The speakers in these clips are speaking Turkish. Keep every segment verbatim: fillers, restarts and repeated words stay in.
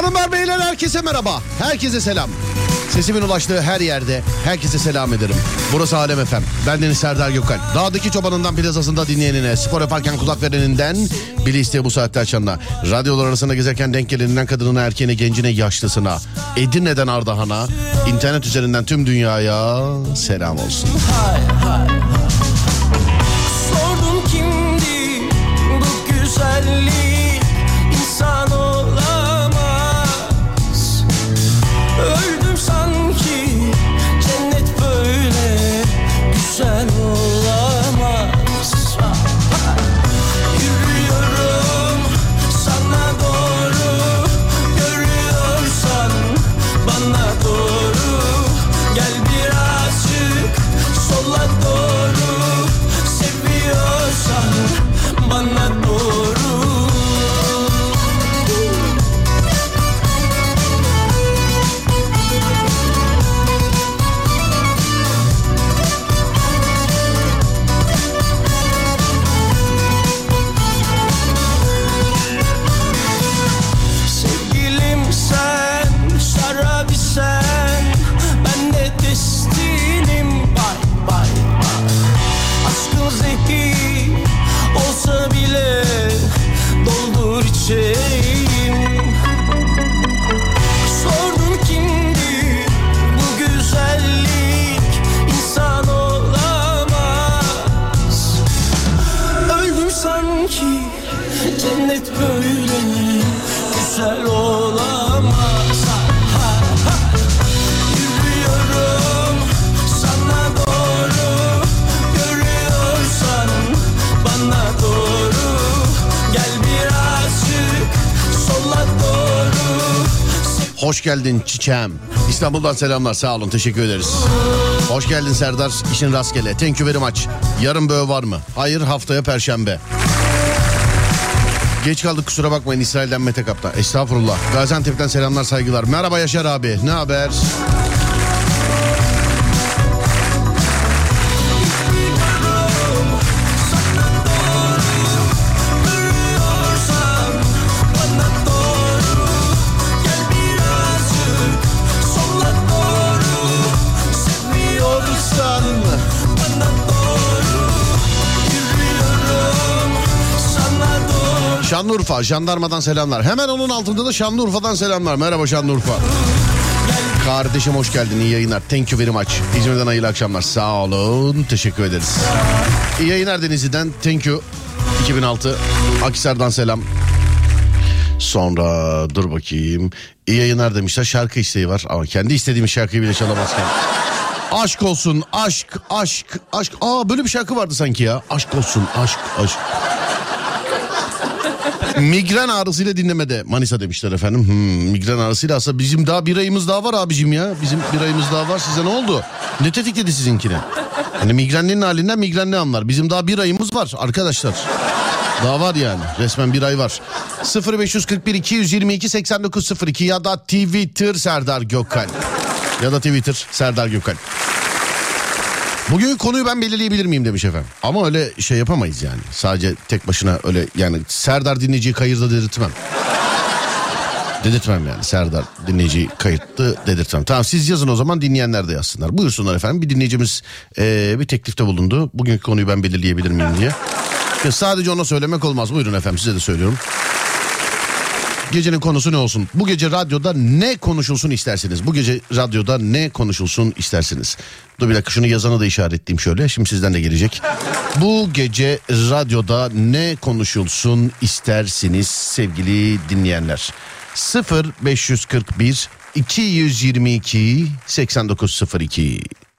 Hanımlar beyler herkese merhaba. Herkese selam. Sesimin ulaştığı her yerde herkese selam ederim. Burası Alem F M. Ben Deniz Serdar Gökalp. Dağdaki çobanından plazasında dinleyenine, spor yaparken kulak vereninden, bile isteye bu saatte açanına, radyolar arasında gezerken denk geleninden kadınına, erkeğine, gencine, yaşlısına, Edirne'den Ardahan'a, internet üzerinden tüm dünyaya selam olsun. Hay hay. Sordum kimdi bu güzellik, insan olamaz. Öldüm sanki, cennet böyle güzel olamaz. Yürüyorum sana doğru, görüyorsan bana doğru. Gel birazcık sola doğru, seviyorsan bana doğru. Sevgilim sen, şarabi sen, ben de destinim. Bay bay bay. Aşkın zehir olsa bile doldur içeyim. Sordum kimdi bu güzellik, insan olamaz. Öldüm sanki, cennet böyle güzel olamaz. Ha, ha. Yürüyorum sana doğru, görüyorsan bana doğru. Gel birazcık sola doğru. Hoş geldin çiçeğim. İstanbul'dan selamlar, sağ olun, teşekkür ederiz. Hoş geldin Serdar, işin rastgele. Thank you very much. Yarın böğü var mı? Hayır, haftaya perşembe. Geç kaldık, kusura bakmayın. İsrail'den Mete Kaptan. Estağfurullah. Gaziantep'ten selamlar, saygılar. Merhaba Yaşar abi, ne haber? Şanlıurfa, jandarmadan selamlar. Hemen onun altında da Şanlıurfa'dan selamlar. Merhaba Şanlıurfa. Kardeşim hoş geldin, iyi yayınlar. Thank you very much. İzmir'den hayırlı akşamlar. Sağ olun, teşekkür ederiz. İyi yayınlar Denizli'den. Thank you. iki bin altı. Akhisar'dan selam. Sonra dur bakayım. İyi yayınlar demişler. Şarkı isteği var ama kendi istediğim şarkıyı bile çalamazken. Aşk olsun, aşk, aşk, aşk. Aa, böyle bir şarkı vardı sanki ya. Aşk olsun, aşk, aşk. Migren ağrısıyla dinlemede Manisa demişler efendim. Hmm, migren ağrısıyla aslında bizim daha bir ayımız daha var abicim ya. Bizim bir ayımız daha var. Size ne oldu? Ne tetikledi sizinkine? Hani migrenlerin halinden migrenli anlar. Bizim daha bir ayımız var arkadaşlar. Daha var yani. Resmen bir ay var. sıfır beş kırk bir iki yüz yirmi iki seksen dokuz sıfır iki ya da Twitter Serdar Gökalp. Ya da Twitter Serdar Gökalp. Bugün konuyu ben belirleyebilir miyim demiş efendim. Ama öyle şey yapamayız yani. Sadece tek başına öyle yani Serdar dinleyiciyi kayırdı dedirtmem. Dedirtmem yani. Serdar dinleyiciyi kayırttı dedirtmem. Tamam, siz yazın o zaman, dinleyenler de yazsınlar. Buyursunlar efendim. Bir dinleyicimiz ee, bir teklifte bulundu. Bugünkü konuyu ben belirleyebilir miyim diye. Ya sadece ona söylemek olmaz. Buyurun efendim, size de söylüyorum. Gecenin konusu ne olsun? Bu gece radyoda ne konuşulsun istersiniz? Bu gece radyoda ne konuşulsun istersiniz? Dur bir dakika, şunu yazanı da işaretleyeyim şöyle. Şimdi sizden de gelecek. Bu gece radyoda ne konuşulsun istersiniz sevgili dinleyenler? sıfır beş kırk bir iki yüz yirmi iki seksen dokuz sıfır iki.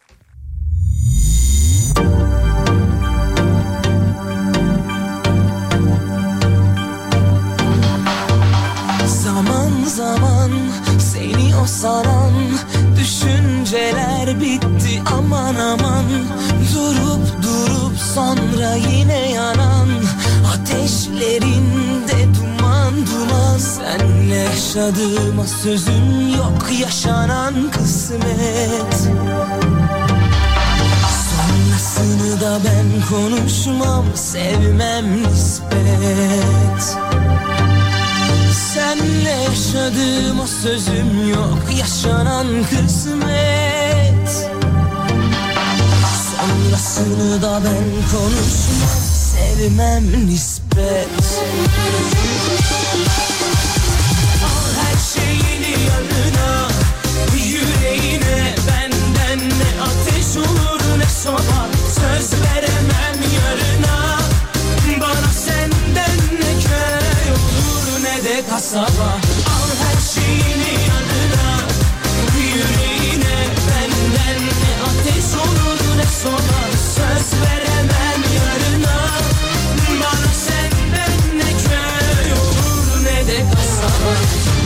Zaman zaman seni o saran düşünceler bitti, aman aman. Durup durup sonra yine yanan ateşlerinde duman duman. Senle yaşadığıma sözüm yok, yaşanan kısmet. Sonrasını da ben konuşmam, sevmem nispet. Senle yaşadığıma yaşadığıma sözüm yok, yaşanan kısmet. Sonrasını da ben konuşmam, sevmem nispet. Al her şeyini yanına, yüreğine, benden ne ateş olur ne soba. Söz veremem yarına, bana senden ne köy olur ne de kasaba. Al her şeyini yanına, yüreğine, benden ne ateş olur ne soba. Söz veremem yarına, bana senden ne köy olur ne de kasaba.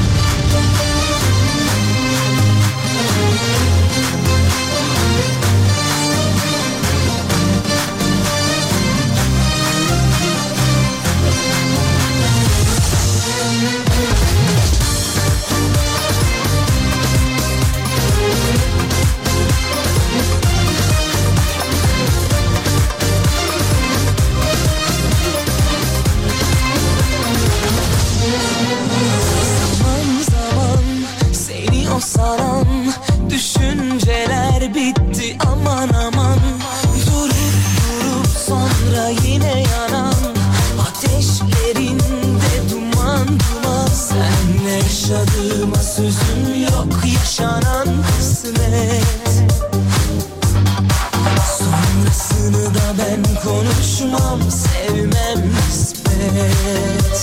Saran düşünceler bitti, aman aman. Durup durup sonra yine yanan ateşlerinde duman duman. Senle yaşadığıma sözüm yok, yaşanan kısmet. Sonrasını da ben konuşmam, sevmem nispet.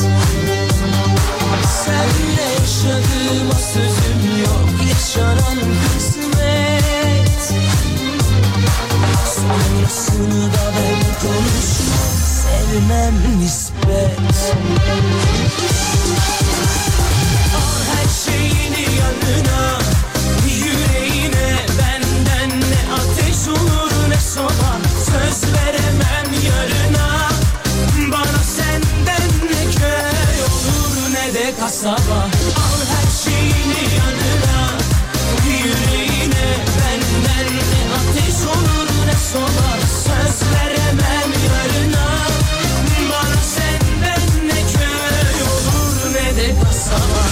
Senle yaşadığıma sözüm yok, yaşanan kısmet. Sonrasını da ben konuşmam, sevmem nispet. Al her şeyini yanına, yüreğine, benden ne ateş olur ne soba. Söz veremem yarına, bana senden ne köy olur ne de kasaba. Al her şeyini yanına, yüreğine, benden ne ateş olur ne soba. Söz veremem yarına, bana senden ne köy olur ne de kasaba.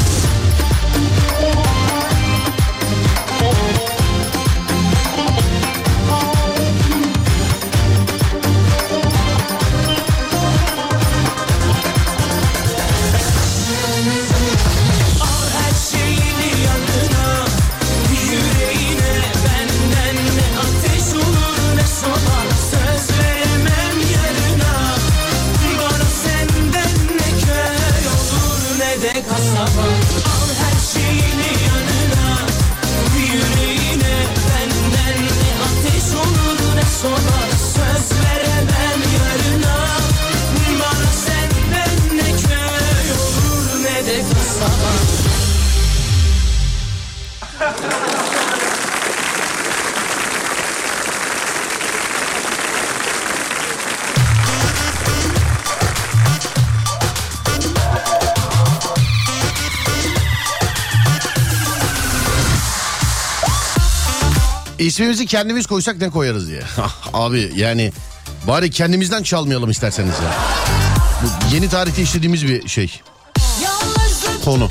Al her şeyini yanına, yüreğine, benden ne ateş olur ne soba. Söz veremem yarına, bana senden ne köy olur ne de kasaba. İsmimizi kendimiz koysak ne koyarız diye. Abi yani bari kendimizden çalmayalım isterseniz ya. Bu yeni tarihte işlediğimiz bir şey. Konu.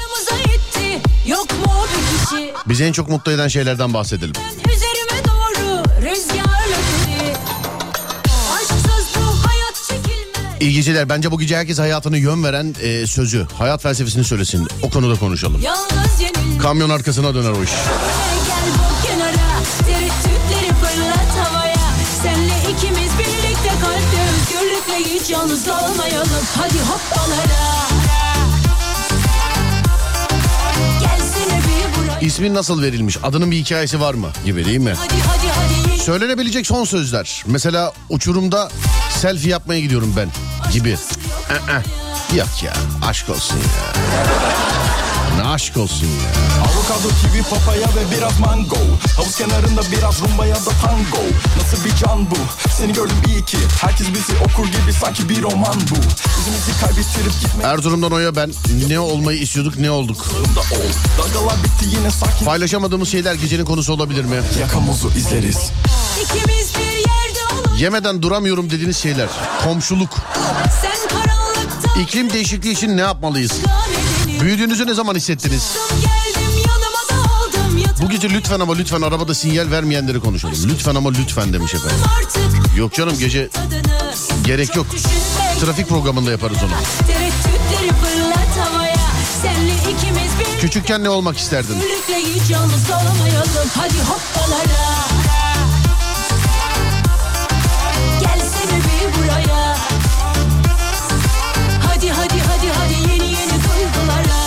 Bizi en çok mutlu eden şeylerden bahsedelim. Üzerime doğru rüzgarla biri. Aşksız bu hayat çekilmez. İyi geceler. Bence bu gece herkes hayatını yön veren e, sözü, hayat felsefesini söylesin. O konuda konuşalım. Kamyon arkasına döner o iş. Gel bu kenara, tereddütleri fırlat havaya. Senle ikimiz birlikte kalpte özgürlükle hiç yalnız olmayalım. Hadi hoppalara. İsmin nasıl verilmiş? Adının bir hikayesi var mı? Gibi değil mi? Hadi, hadi, hadi. Söylenebilecek son sözler. Mesela uçurumda selfie yapmaya gidiyorum ben gibi. Ee, yok ya, aşk olsun ya. Ne aşk olsun ya. Avokado, kivi, papaya ve biraz mango. Havuz kenarında biraz rumba ya da tango. Nasıl bir can bu? Seni gördüm iyi ki. Herkes bizi okur gibi sanki bir roman bu. Yüzümüzü kaybettirip gitmek. Erzurum'dan Oya ben. Ne olmayı istiyorduk, ne olduk? Dalgalar bitti yine sakin. Paylaşamadığımız şeyler gecenin konusu olabilir mi? Yakamozu izleriz. İkimiz bir yerde olalım. Yemeden duramıyorum dediğiniz şeyler. Komşuluk. Sen karanlıkta. İklim değişikliği için ne yapmalıyız? Büyüdüğünüzü ne zaman hissettiniz? Bu gece lütfen ama lütfen arabada sinyal vermeyenleri konuşalım. Lütfen ama lütfen demiş efendim. Yok canım, gece gerek yok. Trafik programında yaparız onu. Küçükken ne olmak isterdin? Hadi hoppalara. Gelsene bir buraya. Hadi hadi hadi hadi yeni yeni duygulara.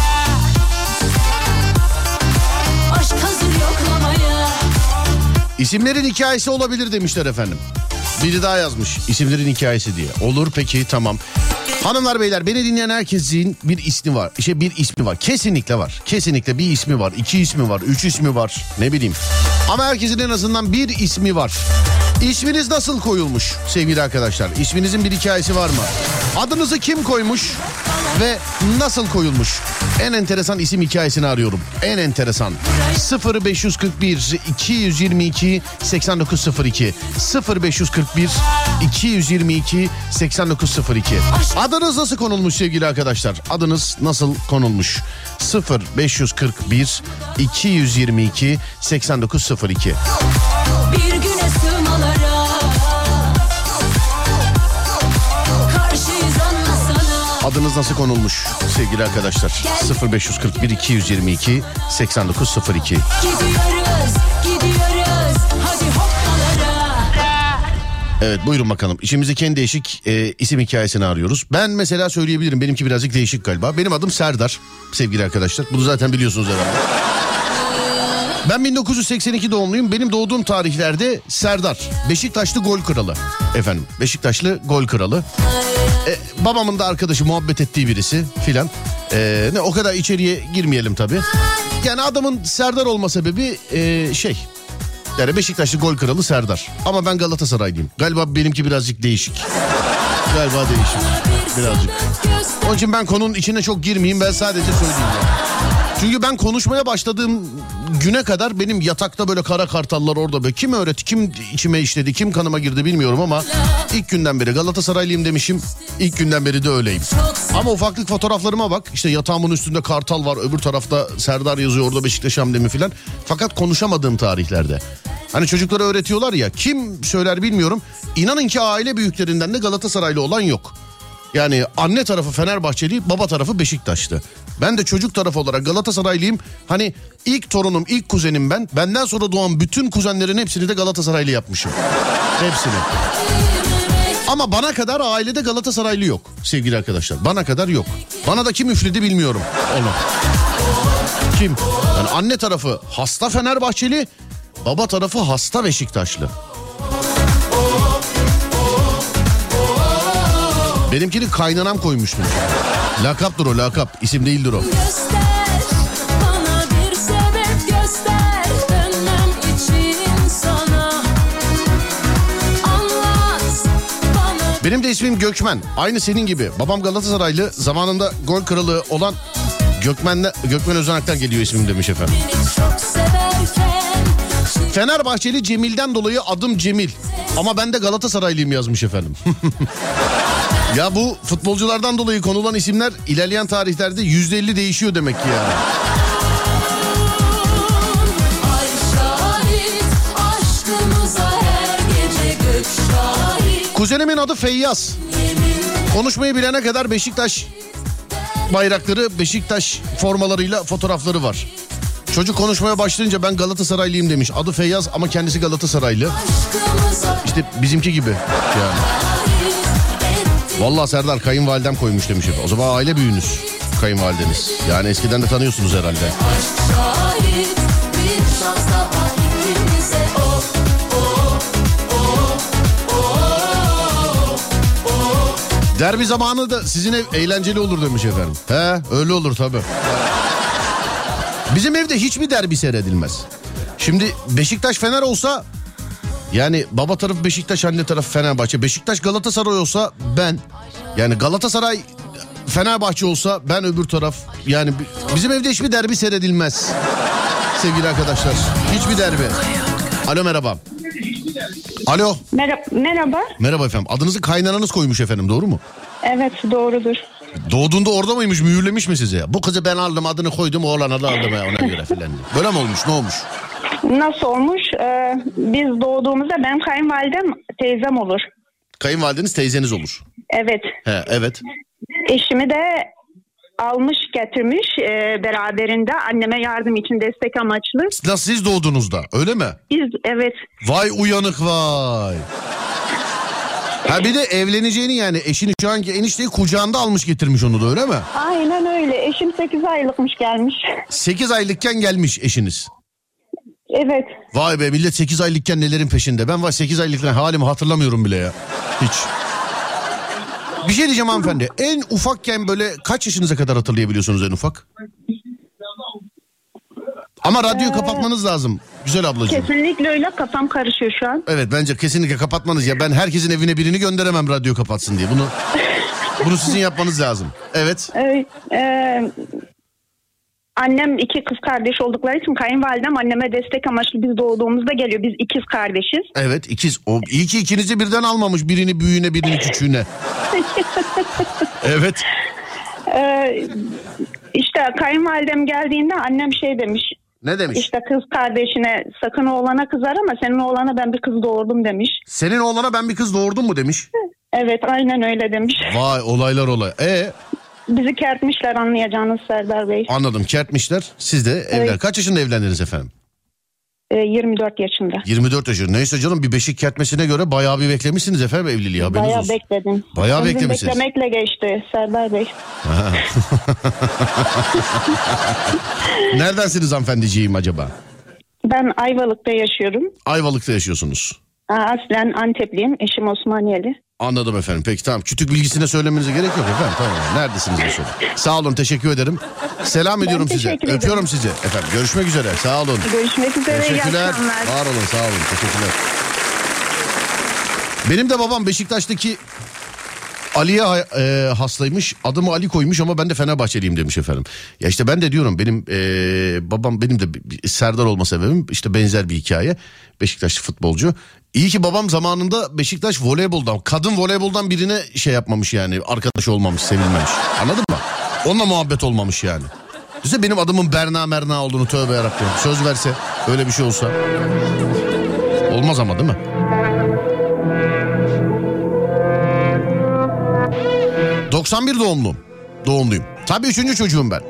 Aşk hazır yoklamaya. İsimlerin hikayesi olabilir demişler efendim. Biri daha yazmış isimlerin hikayesi diye. Olur peki, tamam. Hanımlar beyler, beni dinleyen herkesin bir ismi var. İşte bir ismi var. Kesinlikle var. Kesinlikle bir ismi var. İki ismi var. Üç ismi var. Ne bileyim. Ama herkesin en azından bir ismi var. İsminiz nasıl koyulmuş sevgili arkadaşlar? İsminizin bir hikayesi var mı? Adınızı kim koymuş ve nasıl koyulmuş? En enteresan isim hikayesini arıyorum. En enteresan. sıfır beş kırk bir iki yüz yirmi iki seksen dokuz sıfır iki sıfır beş kırk bir iki yüz yirmi iki seksen dokuz sıfır iki. Adınız nasıl konulmuş sevgili arkadaşlar? Adınız nasıl konulmuş? sıfır beş kırk bir iki yüz yirmi iki seksen dokuz sıfır iki. Bir güne sığmalara karşıyız anlasana. Adınız nasıl konulmuş sevgili arkadaşlar? sıfır beş kırk bir iki yüz yirmi iki seksen dokuz sıfır iki. Gidiyoruz, gidiyoruz. Hadi hoppalara. Evet, buyurun bakalım. İçimizdeki en değişik e, isim hikayesini arıyoruz. Ben mesela söyleyebilirim. Benimki birazcık değişik galiba. Benim adım Serdar sevgili arkadaşlar. Bunu zaten biliyorsunuz herhalde. Ben bin dokuz yüz seksen iki doğumluyum. Benim doğduğum tarihlerde Serdar. Beşiktaşlı gol kralı. Efendim, Beşiktaşlı gol kralı. E, babamın da arkadaşı, muhabbet ettiği birisi filan. E, ne o kadar içeriye girmeyelim tabii. Yani adamın Serdar olma sebebi e, şey... Yani Beşiktaşlı gol kralı Serdar. Ama ben Galatasaraylıyım. Galiba benimki birazcık değişik. Galiba değişik. Birazcık. Onun için ben konunun içine çok girmeyeyim. Ben sadece söyleyeyim. Yani. Çünkü ben konuşmaya başladığım güne kadar benim yatakta böyle kara kartallar orada böyle. Kim öğretti, kim içime işledi, kim kanıma girdi bilmiyorum ama ilk günden beri Galatasaraylıyım demişim. İlk günden beri de öyleyim. Ama ufaklık fotoğraflarıma bak. İşte yatağımın üstünde kartal var. Öbür tarafta Serdar yazıyor, orada Beşiktaş amblemi filan. Fakat konuşamadığım tarihlerde. Hani çocuklara öğretiyorlar ya, kim söyler bilmiyorum. İnanın ki aile büyüklerinden de Galatasaraylı olan yok. Yani anne tarafı Fenerbahçeli, baba tarafı Beşiktaşlı. Ben de çocuk tarafı olarak Galatasaraylıyım. Hani ilk torunum, ilk kuzenim ben. Benden sonra doğan bütün kuzenlerin hepsini de Galatasaraylı yapmışım. Hepsini. Ama bana kadar ailede Galatasaraylı yok sevgili arkadaşlar. Bana kadar yok. Bana da kim üfledi bilmiyorum onu. Kim? Yani anne tarafı hasta Fenerbahçeli, baba tarafı hasta Beşiktaşlı. Benimkini kaynanam koymuştu. Lakaptır o, lakap. İsim değildir o. Göster, bana bir sebep göster. Dönmem için sana. Anlat bana. Benim de ismim Gökmen. Aynı senin gibi. Babam Galatasaraylı. Zamanında gol kralı olan Gökmen'le, Gökmen Özenak'tan geliyor ismim demiş efendim. Beni çok severken. Fenerbahçeli Cemil'den dolayı adım Cemil. Ama ben de Galatasaraylıyım yazmış efendim. Ya bu futbolculardan dolayı konulan isimler ilerleyen tarihlerde yüzde elli değişiyor demek ki yani. Ay şahit, aşkımıza her gece gök şahit. Kuzenimin adı Feyyaz. Konuşmayı bilene kadar Beşiktaş bayrakları, Beşiktaş formalarıyla fotoğrafları var. Çocuk konuşmaya başlayınca ben Galatasaraylıyım demiş. Adı Feyyaz ama kendisi Galatasaraylı. İşte bizimki gibi yani. Vallahi Serdar kayınvalidem koymuş demiş. O zaman aile büyüğünüz kayınvalideniz. Yani eskiden de tanıyorsunuz herhalde. Derbi zamanı da sizin ev eğlenceli olur demiş efendim. He, öyle olur tabii. Bizim evde hiçbir derbi seyredilmez. Şimdi Beşiktaş Fener olsa, yani baba tarafı Beşiktaş, anne tarafı Fenerbahçe. Beşiktaş Galatasaray olsa ben, yani Galatasaray Fenerbahçe olsa ben öbür taraf. Yani bizim evde hiçbir derbi seyredilmez sevgili arkadaşlar. Hiçbir derbi. Alo, merhaba. Alo. Merhaba. Merhaba. Merhaba efendim. Adınızı kaynananız koymuş efendim, doğru mu? Evet, doğrudur. Doğduğunda orada mıymış, mühürlemiş mi size? Bu kızı ben aldım, adını koydum, oğlana da aldım ya, ona göre filan. Böyle mi olmuş, ne olmuş? Nasıl olmuş? Ee, biz doğduğumuzda benim kayınvalidem teyzem olur. Kayınvalideniz teyzeniz olur. Evet. He, evet. Eşimi de almış getirmiş e, beraberinde anneme yardım için, destek amaçlı. Nasıl, siz doğduğunuzda öyle mi? Biz evet. Vay uyanık vay. Ha bir de evleneceğini, yani eşini, şu anki enişteyi kucağında almış getirmiş onu da, öyle mi? Aynen öyle. Eşim sekiz aylıkmış gelmiş. sekiz aylıkken gelmiş eşiniz. Evet. Vay be, millet sekiz aylıkken nelerin peşinde. Ben var sekiz aylıkken halimi hatırlamıyorum bile ya. Hiç. Bir şey diyeceğim hanımefendi. En ufakken böyle kaç yaşınıza kadar hatırlayabiliyorsunuz en ufak? Ama radyoyu ee, kapatmanız lazım güzel ablacığım. Kesinlikle öyle, kafam karışıyor şu an. Evet, bence kesinlikle kapatmanız. Ya ben herkesin evine birini gönderemem radyo kapatsın diye. Bunu bunu sizin yapmanız lazım. Evet. Evet. E, annem iki kız kardeş oldukları için kayınvalidem anneme destek amaçlı biz doğduğumuzda geliyor. Biz ikiz kardeşiz. Evet, ikiz. O iyi ki ikinizi birden almamış. Birini büyüğüne, birini küçüğüne. Evet. Ee, işte kayınvalidem geldiğinde annem şey demiş. Ne demiş? İşte kız kardeşine sakın oğlana kızar ama senin oğlana ben bir kız doğurdum demiş. Senin oğlana ben bir kız doğurdum mu demiş? Evet, aynen öyle demiş. Vay, olaylar olay. E Bizi kertmişler, anlayacağınız Serdar Bey. Anladım, kertmişler. Siz de evlen. Evet. Kaç yaşında evlendiniz efendim? E, yirmi dört yaşında. yirmi dört yaşında. Neyse canım, bir beşik kertmesine göre bayağı bir beklemişsiniz efendim evliliği, haberiniz bayağı olsun. Bekledim. Bayağı Ömrüm beklemişsiniz. Beklemekle geçti Serdar Bey. Neredensiniz hanımefendiciğim acaba? Ben Ayvalık'ta yaşıyorum. Ayvalık'ta yaşıyorsunuz. Aslen Antepliyim. Eşim Osmaniyeli. Anladım efendim. Peki tamam. Kütük bilgisine söylemenize gerek yok efendim. Tamam. Neredesiniz diye sorun. Sağ olun, teşekkür ederim. Selam ben ediyorum size. Ederim. Öpüyorum sizi. Efendim görüşmek üzere. Sağ olun. Görüşmek üzere. Teşekkürler. Var olun, sağ olun. Teşekkürler. Benim de babam Beşiktaş'taki Ali'ye e, hastaymış. Adımı Ali koymuş ama ben de Fenerbahçeliyim demiş efendim. Ya işte ben de diyorum, benim e, babam, benim de Serdar olma sebebim işte benzer bir hikaye. Beşiktaşlı futbolcu. İyi ki babam zamanında Beşiktaş voleyboldan, kadın voleyboldan birine şey yapmamış yani. Arkadaş olmamış, sevilmemiş. Anladın mı? Onunla muhabbet olmamış yani. Düşünsene benim adımın Berna Merna olduğunu, tövbe yarabbim. Söz verse, öyle bir şey olsa. Olmaz ama değil mi? doksan bir doğumluyum. Doğumluyum. Tabii üçüncü çocuğum ben.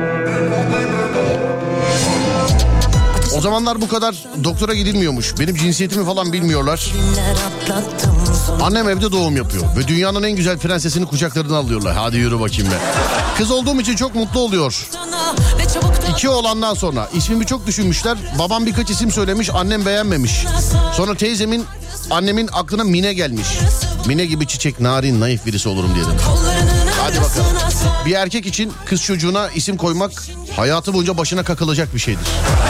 O zamanlar bu kadar doktora gidilmiyormuş. Benim cinsiyetimi falan bilmiyorlar. Annem evde doğum yapıyor. Ve dünyanın en güzel prensesini kucaklarına alıyorlar. Hadi yürü bakayım be. Kız olduğum için çok mutlu oluyor. İki oğlandan sonra ismimi çok düşünmüşler. Babam birkaç isim söylemiş, annem beğenmemiş. Sonra teyzemin, annemin aklına Mine gelmiş. Mine gibi çiçek, narin, naif birisi olurum diye demiş. Hadi bakalım. Bir erkek için kız çocuğuna isim koymak hayatı boyunca başına kakılacak bir şeydir.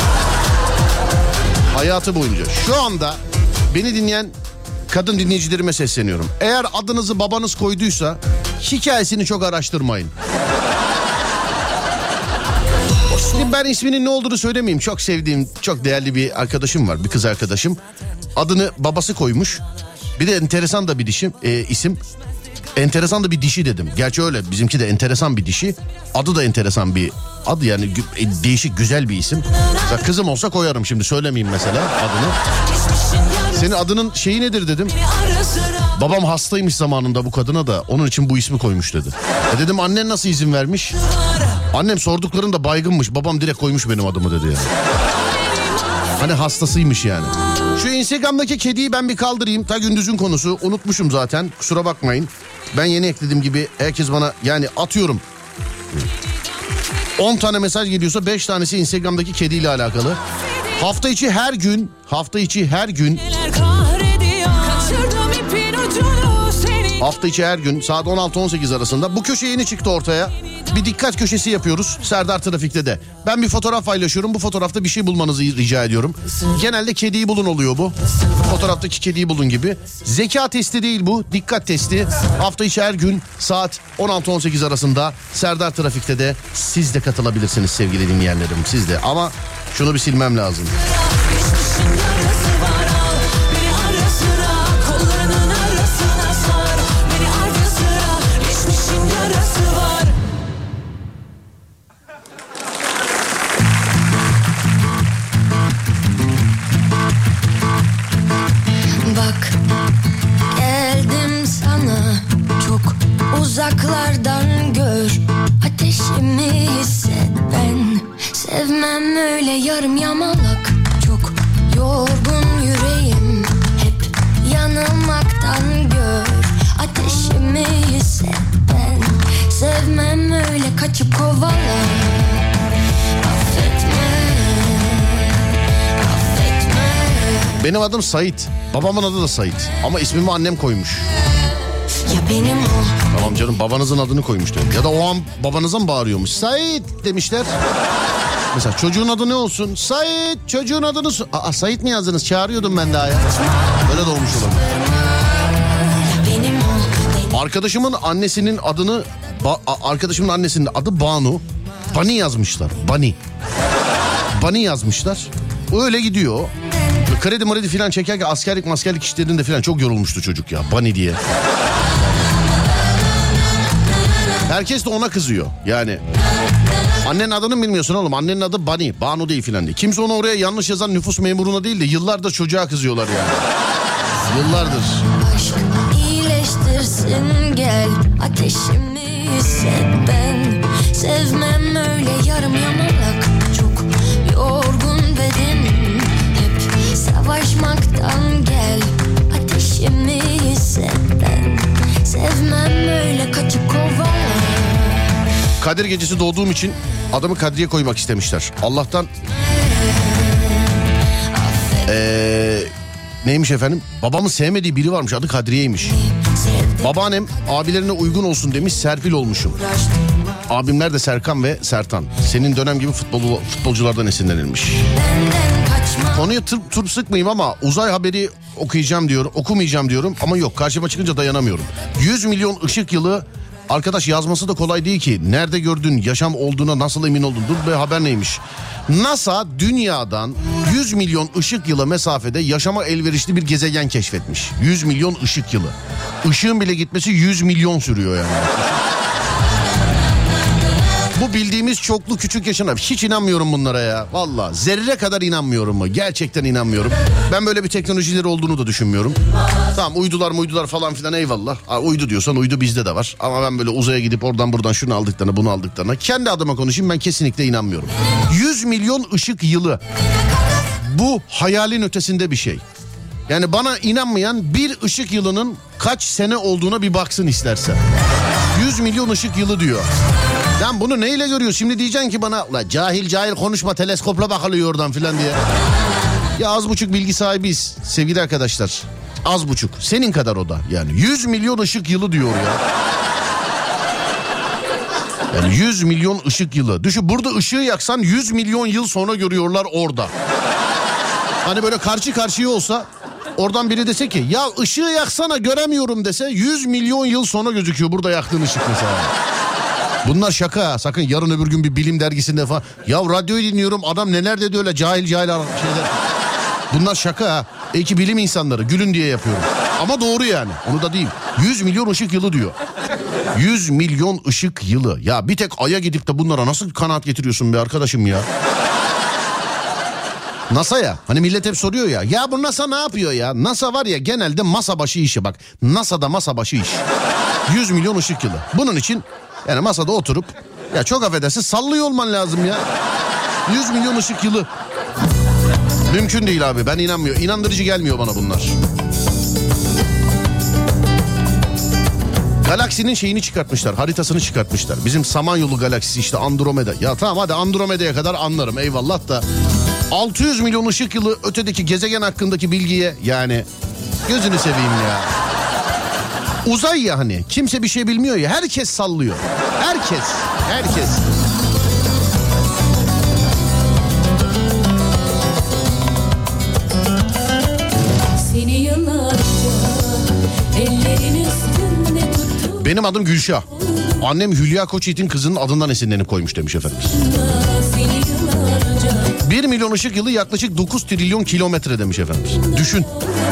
Hayatı boyunca. Şu anda beni dinleyen kadın dinleyicilerime sesleniyorum. Eğer adınızı babanız koyduysa hikayesini çok araştırmayın. Şimdi ben isminin ne olduğunu söylemeyeyim. Çok sevdiğim, çok değerli bir arkadaşım var. Bir kız arkadaşım. Adını babası koymuş. Bir de enteresan da bir dişim, e, isim. Enteresan da bir dişi dedim. Gerçi öyle, bizimki de enteresan bir dişi. Adı da enteresan bir adı, yani gü- değişik, güzel bir isim. Mesela kızım olsa koyarım, şimdi söylemeyeyim mesela adını. Senin adının şeyi nedir dedim. Babam hastaymış zamanında bu kadına da, onun için bu ismi koymuş dedi. E dedim, annen nasıl izin vermiş? Annem sorduklarında baygınmış, babam direkt koymuş benim adımı dedi yani. Hani hastasıymış yani. Şu Instagram'daki kediyi ben bir kaldırayım. Ta gündüzün konusu, unutmuşum zaten, kusura bakmayın. Ben yeni eklediğim gibi herkes bana yani atıyorum. on tane mesaj geliyorsa beş tanesi Instagram'daki kediyle alakalı. Hafta içi her gün, hafta içi her gün... Hafta içi her gün saat on altı on sekiz arasında bu köşe yeni çıktı ortaya. Bir dikkat köşesi yapıyoruz Serdar Trafik'te de. Ben bir fotoğraf paylaşıyorum. Bu fotoğrafta bir şey bulmanızı rica ediyorum. Genelde kediyi bulun oluyor bu. Fotoğraftaki kediyi bulun gibi. Zeka testi değil bu. Dikkat testi. Hafta içi her gün saat on altı on sekiz arasında Serdar Trafik'te de siz de katılabilirsiniz sevgili dinleyenlerim. Siz de. Ama şunu bir silmem lazım. Yarası var. yarım yamalak, çok yorgun yüreğim, hep yanılmaktan gör ateşimi hisset. Ben sevmem öyle kaçıp kovala. Affetme, affetme. Benim adım Sait. Babamın adı da Sait. Ama ismimi annem koymuş. Ya benim ol. Tamam canım, babanızın adını koymuş dedim. Ya da o an babanıza mı bağırıyormuş? Sait demişler. Mesela çocuğun adı ne olsun? Sait, çocuğun adını... Aa, Sait mi yazdınız? Çağırıyordum ben daha ya. Böyle de olmuş olabilir. Arkadaşımın annesinin adını... Ba- arkadaşımın annesinin adı Banu. Bani yazmışlar. Bani. Bani yazmışlar. Öyle gidiyor. Kredi mredi filan çekerken askerlik maskerlik işlerinde filan çok yorulmuştu çocuk ya. Bani diye. Herkes de ona kızıyor. Yani annenin adını bilmiyorsun oğlum. Annenin adı Bani. Banu değil filan diye. Kimse onu oraya yanlış yazan nüfus memuruna değil de yıllardır çocuğa kızıyorlar yani. Yıllardır. Aşk iyileştirsin gel, ateşimi hisset. Ben sevmem öyle yarım yamalak, çok yorgun bedenim, hep savaşmaktan gel, ateşimi hisset. Ben sevmem öyle kaçıp kovala. Kadir gecesi doğduğum için adımı Kadriye koymak istemişler. Allah'tan ee, neymiş efendim? Babamın sevmediği biri varmış, adı Kadriye'ymiş. Babaannem abilerine uygun olsun demiş, Serpil olmuşum. Abimler de Serkan ve Sertan. Senin dönem gibi futbol, futbolculardan esinlenilmiş. Konuya tır, tır sıkmayayım ama uzay haberi okuyacağım diyorum, okumayacağım diyorum ama yok, karşıma çıkınca dayanamıyorum. yüz milyon ışık yılı, arkadaş yazması da kolay değil ki. Nerede gördün, yaşam olduğuna nasıl emin oldun? Dur be, haber neymiş? NASA dünyadan yüz milyon ışık yılı mesafede yaşama elverişli bir gezegen keşfetmiş. yüz milyon ışık yılı. Işığın bile gitmesi yüz milyon sürüyor yani. Bu bildiğimiz çoklu küçük yaşına hiç inanmıyorum bunlara ya. Valla zerre kadar inanmıyorum mu? Gerçekten inanmıyorum. Ben böyle bir teknolojileri olduğunu da düşünmüyorum. Tamam, uydular muydular falan filan, eyvallah. Ha, uydu diyorsan uydu bizde de var. Ama ben böyle uzaya gidip oradan buradan şunu aldıklarına bunu aldıklarına, kendi adıma konuşayım, ben kesinlikle inanmıyorum. yüz milyon ışık yılı. Bu hayalin ötesinde bir şey. Yani bana inanmayan bir ışık yılının kaç sene olduğuna bir baksın istersen. yüz milyon ışık yılı diyor. Lan bunu neyle görüyor? Şimdi diyeceksin ki bana, la cahil cahil konuşma, teleskopla bakılıyor oradan filan diye. Ya az buçuk bilgi sahibiyiz sevgili arkadaşlar. Az buçuk. Senin kadar o da yani. yüz milyon ışık yılı diyor ya. Yani yüz milyon ışık yılı. Düşün, burada ışığı yaksan yüz milyon yıl sonra görüyorlar orada. Hani böyle karşı karşıya olsa, oradan biri dese ki ya ışığı yaksana göremiyorum dese, yüz milyon yıl sonra gözüküyor burada yaktığın ışık mesela. Bunlar şaka, sakın yarın öbür gün bir bilim dergisinde falan. Ya radyoyu dinliyorum, adam neler dedi öyle cahil cahil şeyler. Bunlar şaka ha. E ki bilim insanları, gülün diye yapıyorum. Ama doğru yani, onu da değil. yüz milyon ışık yılı diyor. yüz milyon ışık yılı. Ya bir tek Ay'a gidip de bunlara nasıl kanaat getiriyorsun be arkadaşım ya? NASA'ya hani millet hep soruyor ya. Ya bu NASA ne yapıyor ya? NASA var ya, genelde masa başı işi bak. NASA'da masa başı iş. yüz milyon ışık yılı. Bunun için yani masada oturup, ya çok affedersin, sallıyor olman lazım ya. yüz milyon ışık yılı. Mümkün değil abi, ben inanmıyorum. İnandırıcı gelmiyor bana bunlar. Galaksinin şeyini çıkartmışlar, haritasını çıkartmışlar. Bizim Samanyolu galaksisi işte, Andromeda. Ya tamam hadi Andromeda'ya kadar anlarım, eyvallah da altı yüz milyon ışık yılı ötedeki gezegen hakkındaki bilgiye, yani gözünü seveyim ya. Uzay ya, hani kimse bir şey bilmiyor ya, herkes sallıyor. Herkes, herkes. Seni yıllarca ellerin üstünde tuttum. Benim adım Gülşah. Annem Hülya Koçyiğit'in kızının adından esinlenip koymuş demiş efendim. bir milyon ışık yılı yaklaşık dokuz trilyon kilometre demiş efendim. Düşün.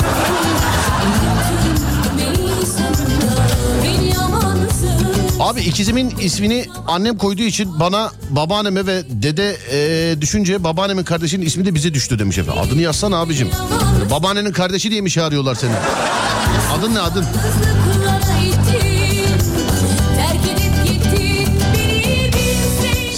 Abi ikizimin ismini annem koyduğu için bana, babaanneme ve dede e, düşünce babaannemin kardeşinin ismi de bize düştü demiş efendim. Adını yazsana abicim. Babaannenin kardeşi diye mi çağırıyorlar seni? Adın ne, adın?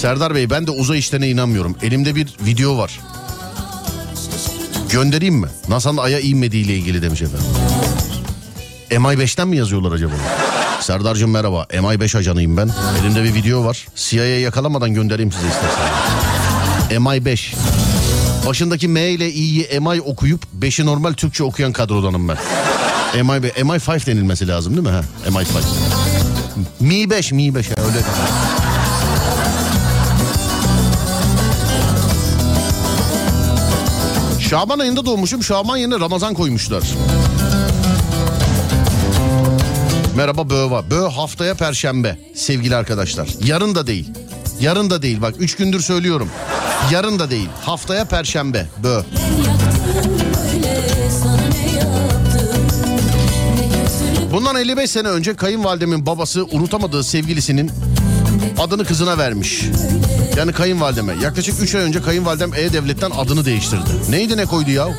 Serdar Bey, ben de uzay işlerine inanmıyorum. Elimde bir video var. Göndereyim mi? NASA'nın Ay'a inmediğiyle ilgili demiş efendim. M I beşten mi yazıyorlar acaba? Serdar'cığım merhaba. M I beş ajanıyım ben. Elimde bir video var. C I A'ya yakalamadan göndereyim size isterseniz. M I beş. Başındaki M ile İ'yi M I okuyup beşi normal Türkçe okuyan kadrodanım ben. M I beş, M I beş denilmesi lazım değil mi? Ha? M I beş. Mi beş, Mi beş öyle. Şaban ayında doğmuşum. Şaban yerine Ramazan koymuşlar. Merhaba Böva. Bö haftaya Perşembe sevgili arkadaşlar. Yarın da değil. Yarın da değil. Bak üç gündür söylüyorum. Yarın da değil. Haftaya Perşembe. Bö. Bundan elli beş sene önce kayınvalidemin babası unutamadığı sevgilisinin adını kızına vermiş. Yani kayınvalideme. Yaklaşık üç ay önce kayınvalidem E-Devlet'ten adını değiştirdi. Neydi, ne koydu ya?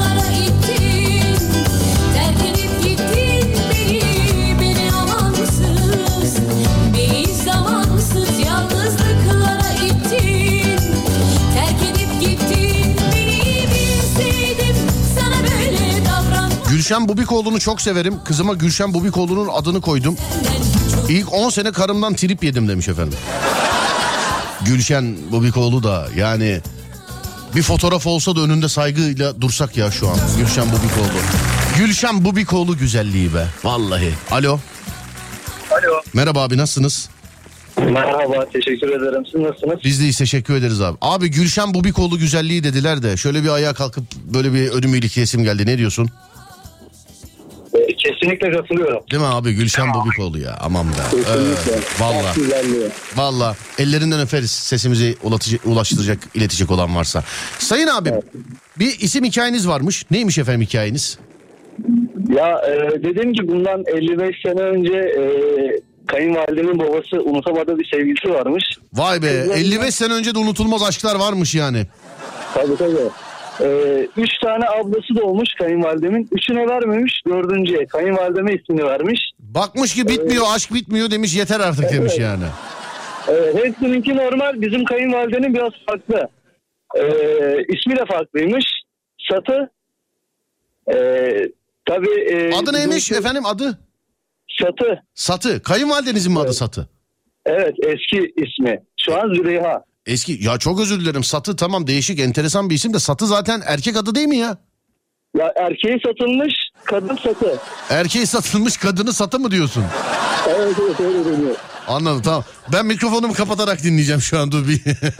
Gülşen Bubikoğlu'nu çok severim. Kızıma Gülşen Bubikoğlu'nun adını koydum. İlk on sene karımdan trip yedim demiş efendim. Gülşen Bubikoğlu da yani bir fotoğraf olsa da önünde saygıyla dursak ya şu an. Gülşen Bubikoğlu. Gülşen Bubikoğlu güzelliği be. Vallahi. Alo. Alo. Merhaba abi, nasılsınız? Merhaba, teşekkür ederim. Siz nasılsınız? Biz de iyi, teşekkür ederiz abi. Abi Gülşen Bubikoğlu güzelliği dediler de şöyle bir ayağa kalkıp böyle bir ödüm iyilik yesim geldi. Ne diyorsun? Kesinlikle katılıyorum. Değil mi abi? Gülşen Bubikoğlu ya. Aman be. Kesinlikle. Ee, Valla. Valla. Ellerinden öperiz. Sesimizi ulaştıracak, iletecek olan varsa. Sayın abim, evet. Bir isim hikayeniz varmış. Neymiş efendim hikayeniz? Ya e, dediğim gibi bundan elli beş sene önce e, kayınvalidemin babası unutamadığı bir sevgilisi varmış. Vay be. Kızlarına... elli beş sene önce de unutulmaz aşklar varmış yani. Tabii tabii. Ee, üç tane ablası da olmuş kayınvalidemin. Üçüne vermemiş, dördüncüye kayınvalideme ismini vermiş. Bakmış ki bitmiyor, ee, aşk bitmiyor demiş, yeter artık evet. Demiş yani. Evet, hepsininki normal, bizim kayınvalidenin biraz farklı. Ee, ismi de farklıymış. Satı. Ee, tabii. E, adı neymiş bizim... efendim adı? Satı. Satı. Kayınvalidenizin mi evet. adı Satı? Evet, eski ismi. Şu an Züleyha. Eski, ya çok özür dilerim, Satı tamam, değişik enteresan bir isim de Satı zaten erkek adı değil mi ya? Ya erkeği satılmış, kadın Satı. Erkeği satılmış, kadını Satı mı diyorsun? Evet evet öyle deniyor. Anladım, tamam. Ben mikrofonumu kapatarak dinleyeceğim şu an, dur bir.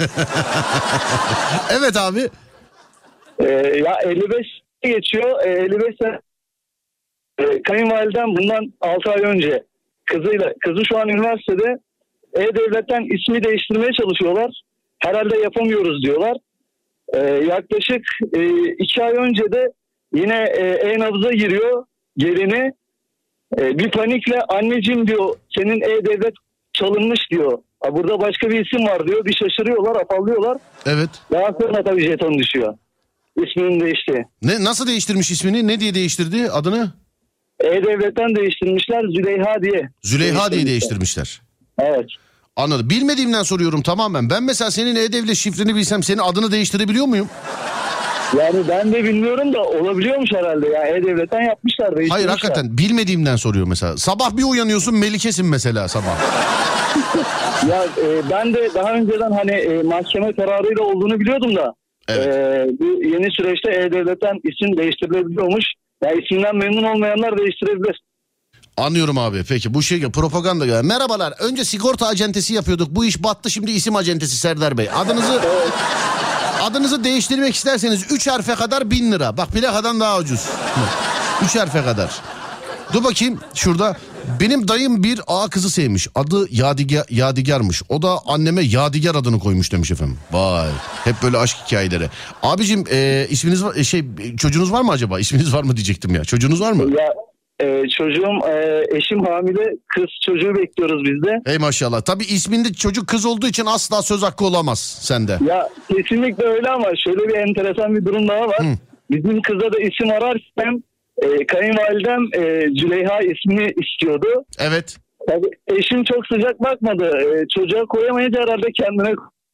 Evet abi. Ee, ya elli beş geçiyor, ee, elli beş sene ee, kayınvalidem bundan altı ay önce kızıyla, kızı şu an üniversitede, E-Devlet'ten ismi değiştirmeye çalışıyorlar. Herhalde yapamıyoruz diyorlar. Ee, yaklaşık e, iki ay önce de yine e, e-nabza giriyor gelini. E, bir panikle anneciğim diyor, senin E-Devlet çalınmış diyor. Ha, burada başka bir isim var diyor. Bir şaşırıyorlar, afallıyorlar. Evet. Daha sonra tabii jeton düşüyor. İsmini değişti. Ne, nasıl değiştirmiş ismini? Ne diye değiştirdi adını? E-Devlet'ten değiştirmişler, Züleyha diye. Züleyha diye değiştirmişler. Evet. Anladım. Bilmediğimden soruyorum tamamen. Ben mesela senin E-Devlet şifreni bilsem senin adını değiştirebiliyor muyum? Yani ben de bilmiyorum da olabiliyormuş herhalde. Ya E-Devlet'ten yapmışlar. Hayır hakikaten bilmediğimden soruyor mesela. Sabah bir uyanıyorsun Melike'sin mesela sabah. Ya e, ben de daha önceden hani e, mahkeme kararıyla olduğunu biliyordum da. Evet. E, bu yeni süreçte E-Devlet'ten isim değiştirilebiliyormuş. Ya yani isimden memnun olmayanlar değiştirebilir. Anlıyorum abi. Peki bu şey propaganda gibi. Merhabalar. Önce sigorta acentesi yapıyorduk. Bu iş battı, şimdi isim acentesi Serdar Bey. Adınızı adınızı değiştirmek isterseniz üç harfe kadar bin lira. Bak plakadan daha ucuz. üç harfe kadar. Dur bakayım şurada. Benim dayım bir ağa kızı sevmiş. Adı Yadigar, Yadigar'mış. O da anneme Yadigar adını koymuş demiş efendim. Vay. Hep böyle aşk hikayeleri. Abicim e, isminiz var, şey çocuğunuz var mı acaba? İsminiz var mı diyecektim ya. Çocuğunuz var mı? Ya Ee, çocuğum, e, eşim hamile, kız çocuğu bekliyoruz biz de. Hey maşallah. Tabii isminde çocuk kız olduğu için asla söz hakkı olamaz sende. Ya kesinlikle öyle ama şöyle bir enteresan bir durum daha var. Hı. Bizim kıza da isim ararken e, kayınvalidem e, Züleyha ismini istiyordu. Evet. Tabii eşim çok sıcak bakmadı. E, çocuğa koyamayınca herhalde kendine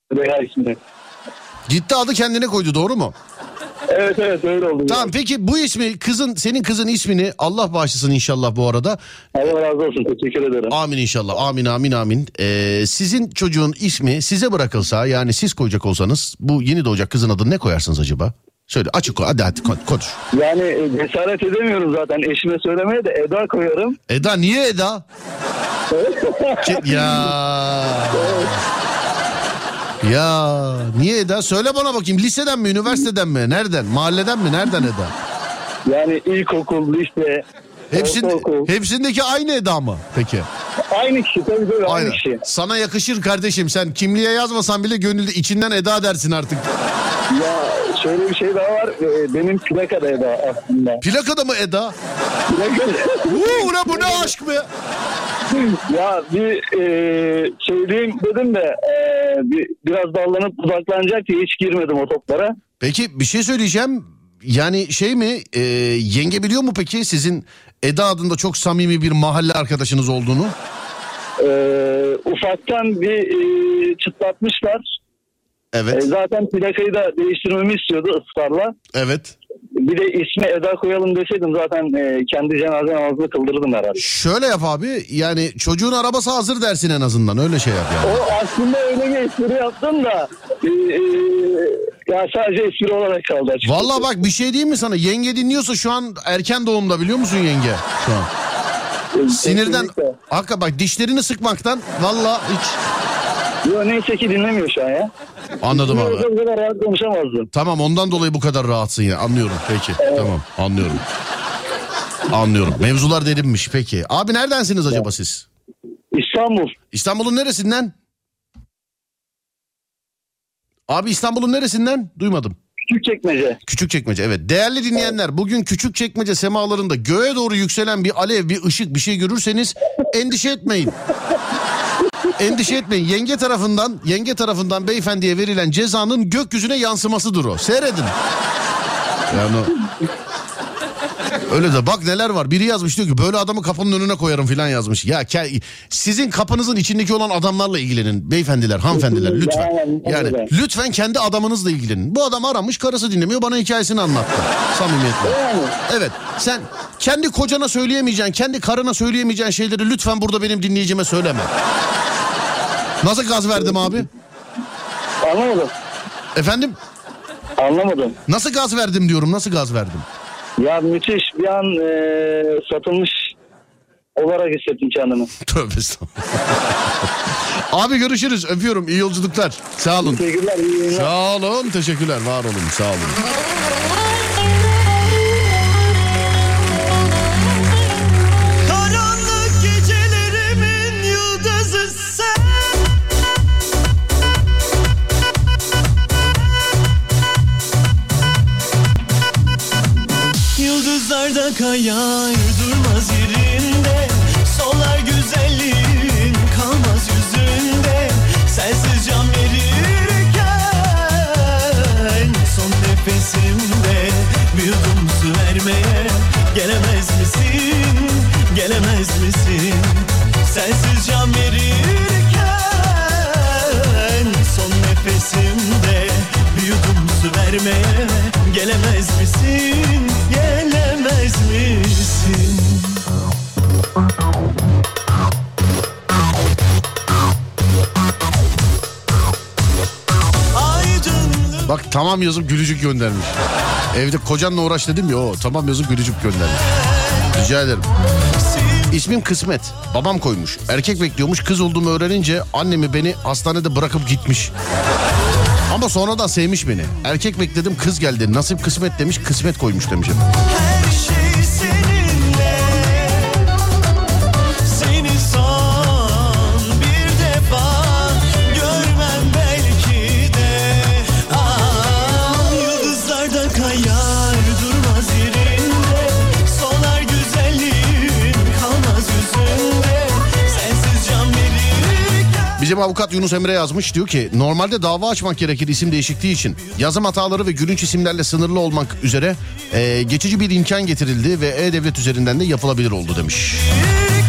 Züleyha ismini. Gitti adı kendine koydu, doğru mu? Evet evet öyle oldu. Tamam, peki bu ismi kızın, senin kızın ismini Allah bağışlasın inşallah bu arada. Allah razı olsun, teşekkür ederim. Amin inşallah, amin amin amin. Ee, sizin çocuğun ismi size bırakılsa, yani siz koyacak olsanız bu yeni doğacak kızın adını ne koyarsınız acaba? Söyle, açık, hadi hadi konuş. Yani e, cesaret edemiyorum zaten eşime söylemeye de Eda koyarım. Eda, niye Eda? Ki, ya. Ya niye Eda? Söyle bana bakayım, liseden mi, üniversiteden mi, nereden, mahalleden mi, nereden Eda? Yani ilkokul, lise, Hepsinde, ortaokul. hepsindeki aynı Eda mı peki? Aynı kişi tabii böyle aynı Aynen. kişi. Sana yakışır kardeşim, sen kimliğe yazmasan bile gönülde içinden Eda dersin artık. Ya şöyle bir şey daha var, e, benim plaka da Eda aslında. Plakada mı Eda? Plaka... Uuu ne bu, ne aşk be? Ya bir e, şey diyeyim dedim de e, bir, biraz dallanıp uzaklanacak diye hiç girmedim o toplara. Peki bir şey söyleyeceğim. Yani şey mi, e, yenge biliyor mu peki sizin Eda adında çok samimi bir mahalle arkadaşınız olduğunu? E, ufaktan bir e, çıtlatmışlar. Evet. E, zaten plakayı da değiştirmemi istiyordu ısrarla. Evet. Bir de ismi Eda koyalım deseydim zaten e, kendi cenaze namazını kıldırırdım herhalde. Şöyle yap abi, yani çocuğun arabası hazır dersin en azından, öyle şey yap yani. O aslında öyle bir espri yaptım da e, e, ya sadece espri olarak kaldı açıkçası. Vallahi bak bir şey diyeyim mi sana, yenge dinliyorsa şu an erken doğumda, biliyor musun yenge şu an? Sinirden, Kesinlikle. hakikaten bak dişlerini sıkmaktan vallahi hiç. Yo, neyse ki dinlemiyor şu an ya. Anladım abi. Bu kadar rahat konuşamazdım. Tamam, ondan dolayı bu kadar rahatsın ya, anlıyorum peki. Evet. Tamam, anlıyorum. Anlıyorum. Mevzular derinmiş peki. Abi neredensiniz acaba siz? İstanbul. İstanbul'un neresinden? Abi İstanbul'un neresinden? Duymadım. Küçükçekmece. Küçükçekmece, evet. Değerli dinleyenler, bugün Küçükçekmece semalarında göğe doğru yükselen bir alev, bir ışık, bir şey görürseniz endişe etmeyin. Endişe etmeyin. Yenge tarafından, yenge tarafından beyefendiye verilen cezanın gökyüzüne yansımasıdır o. Seyredin. Yani o... Öyle de bak neler var. Biri yazmış, diyor ki böyle adamı kapının önüne koyarım falan yazmış. Ya sizin kapınızın içindeki olan adamlarla ilgilenin beyefendiler, hanımefendiler lütfen. Yani lütfen kendi adamınızla ilgilenin. Bu adam aramış, karısı dinlemiyor, bana hikayesini anlattı. Samimiyetle. Evet, sen kendi kocana söyleyemeyeceğin, kendi karına söyleyemeyeceğin şeyleri lütfen burada benim dinleyicime söyleme. Nasıl gaz verdim abi? Anlamadım. Efendim? Anlamadım. Nasıl gaz verdim diyorum, nasıl gaz verdim? Ya müthiş, bir an e, satılmış olarak hissettim kendimi. Tövbe estağfurullah. Abi görüşürüz, öpüyorum, iyi yolculuklar. Sağ olun. Teşekkürler, iyi yayınlar. Sağ olun, teşekkürler, var olun, sağ olun. Karanlık gecelerimin yıldızı sen. Yıldızlarda kayar durmaz yerinde, solar güzelliğin kalmaz yüzünde. Sensiz can verirken son nefesimde bir yudum su vermeye gelemez misin, gelemez misin? Sensiz can verirken son nefesimde bir yudum su vermeye gelemez misin, gelemez misin? Bak tamam yazıp gülücük göndermiş. Evde kocanla uğraş dedim ya, o tamam yazıp gülücük göndermiş. Rica ederim. İsmim Kısmet. Babam koymuş. Erkek bekliyormuş. Kız olduğumu öğrenince annemi beni hastanede bırakıp gitmiş. Ama sonradan sevmiş beni. Erkek bekledim, kız geldi. Nasip kısmet demiş, kısmet koymuş demiş. Her şey seninle, seni son bir defa görmem belki de. Aa, yıldızlarda kayar durmaz yerinde, solar güzelliğin kalmaz yüzünde. Sensiz can verirken. Bizim avukat Yunus Emre yazmış, diyor ki normalde dava açmak gerekir isim değişikliği için. Yazım hataları ve gülünç isimlerle sınırlı olmak üzere e, geçici bir imkan getirildi ve E-Devlet üzerinden de yapılabilir oldu demiş.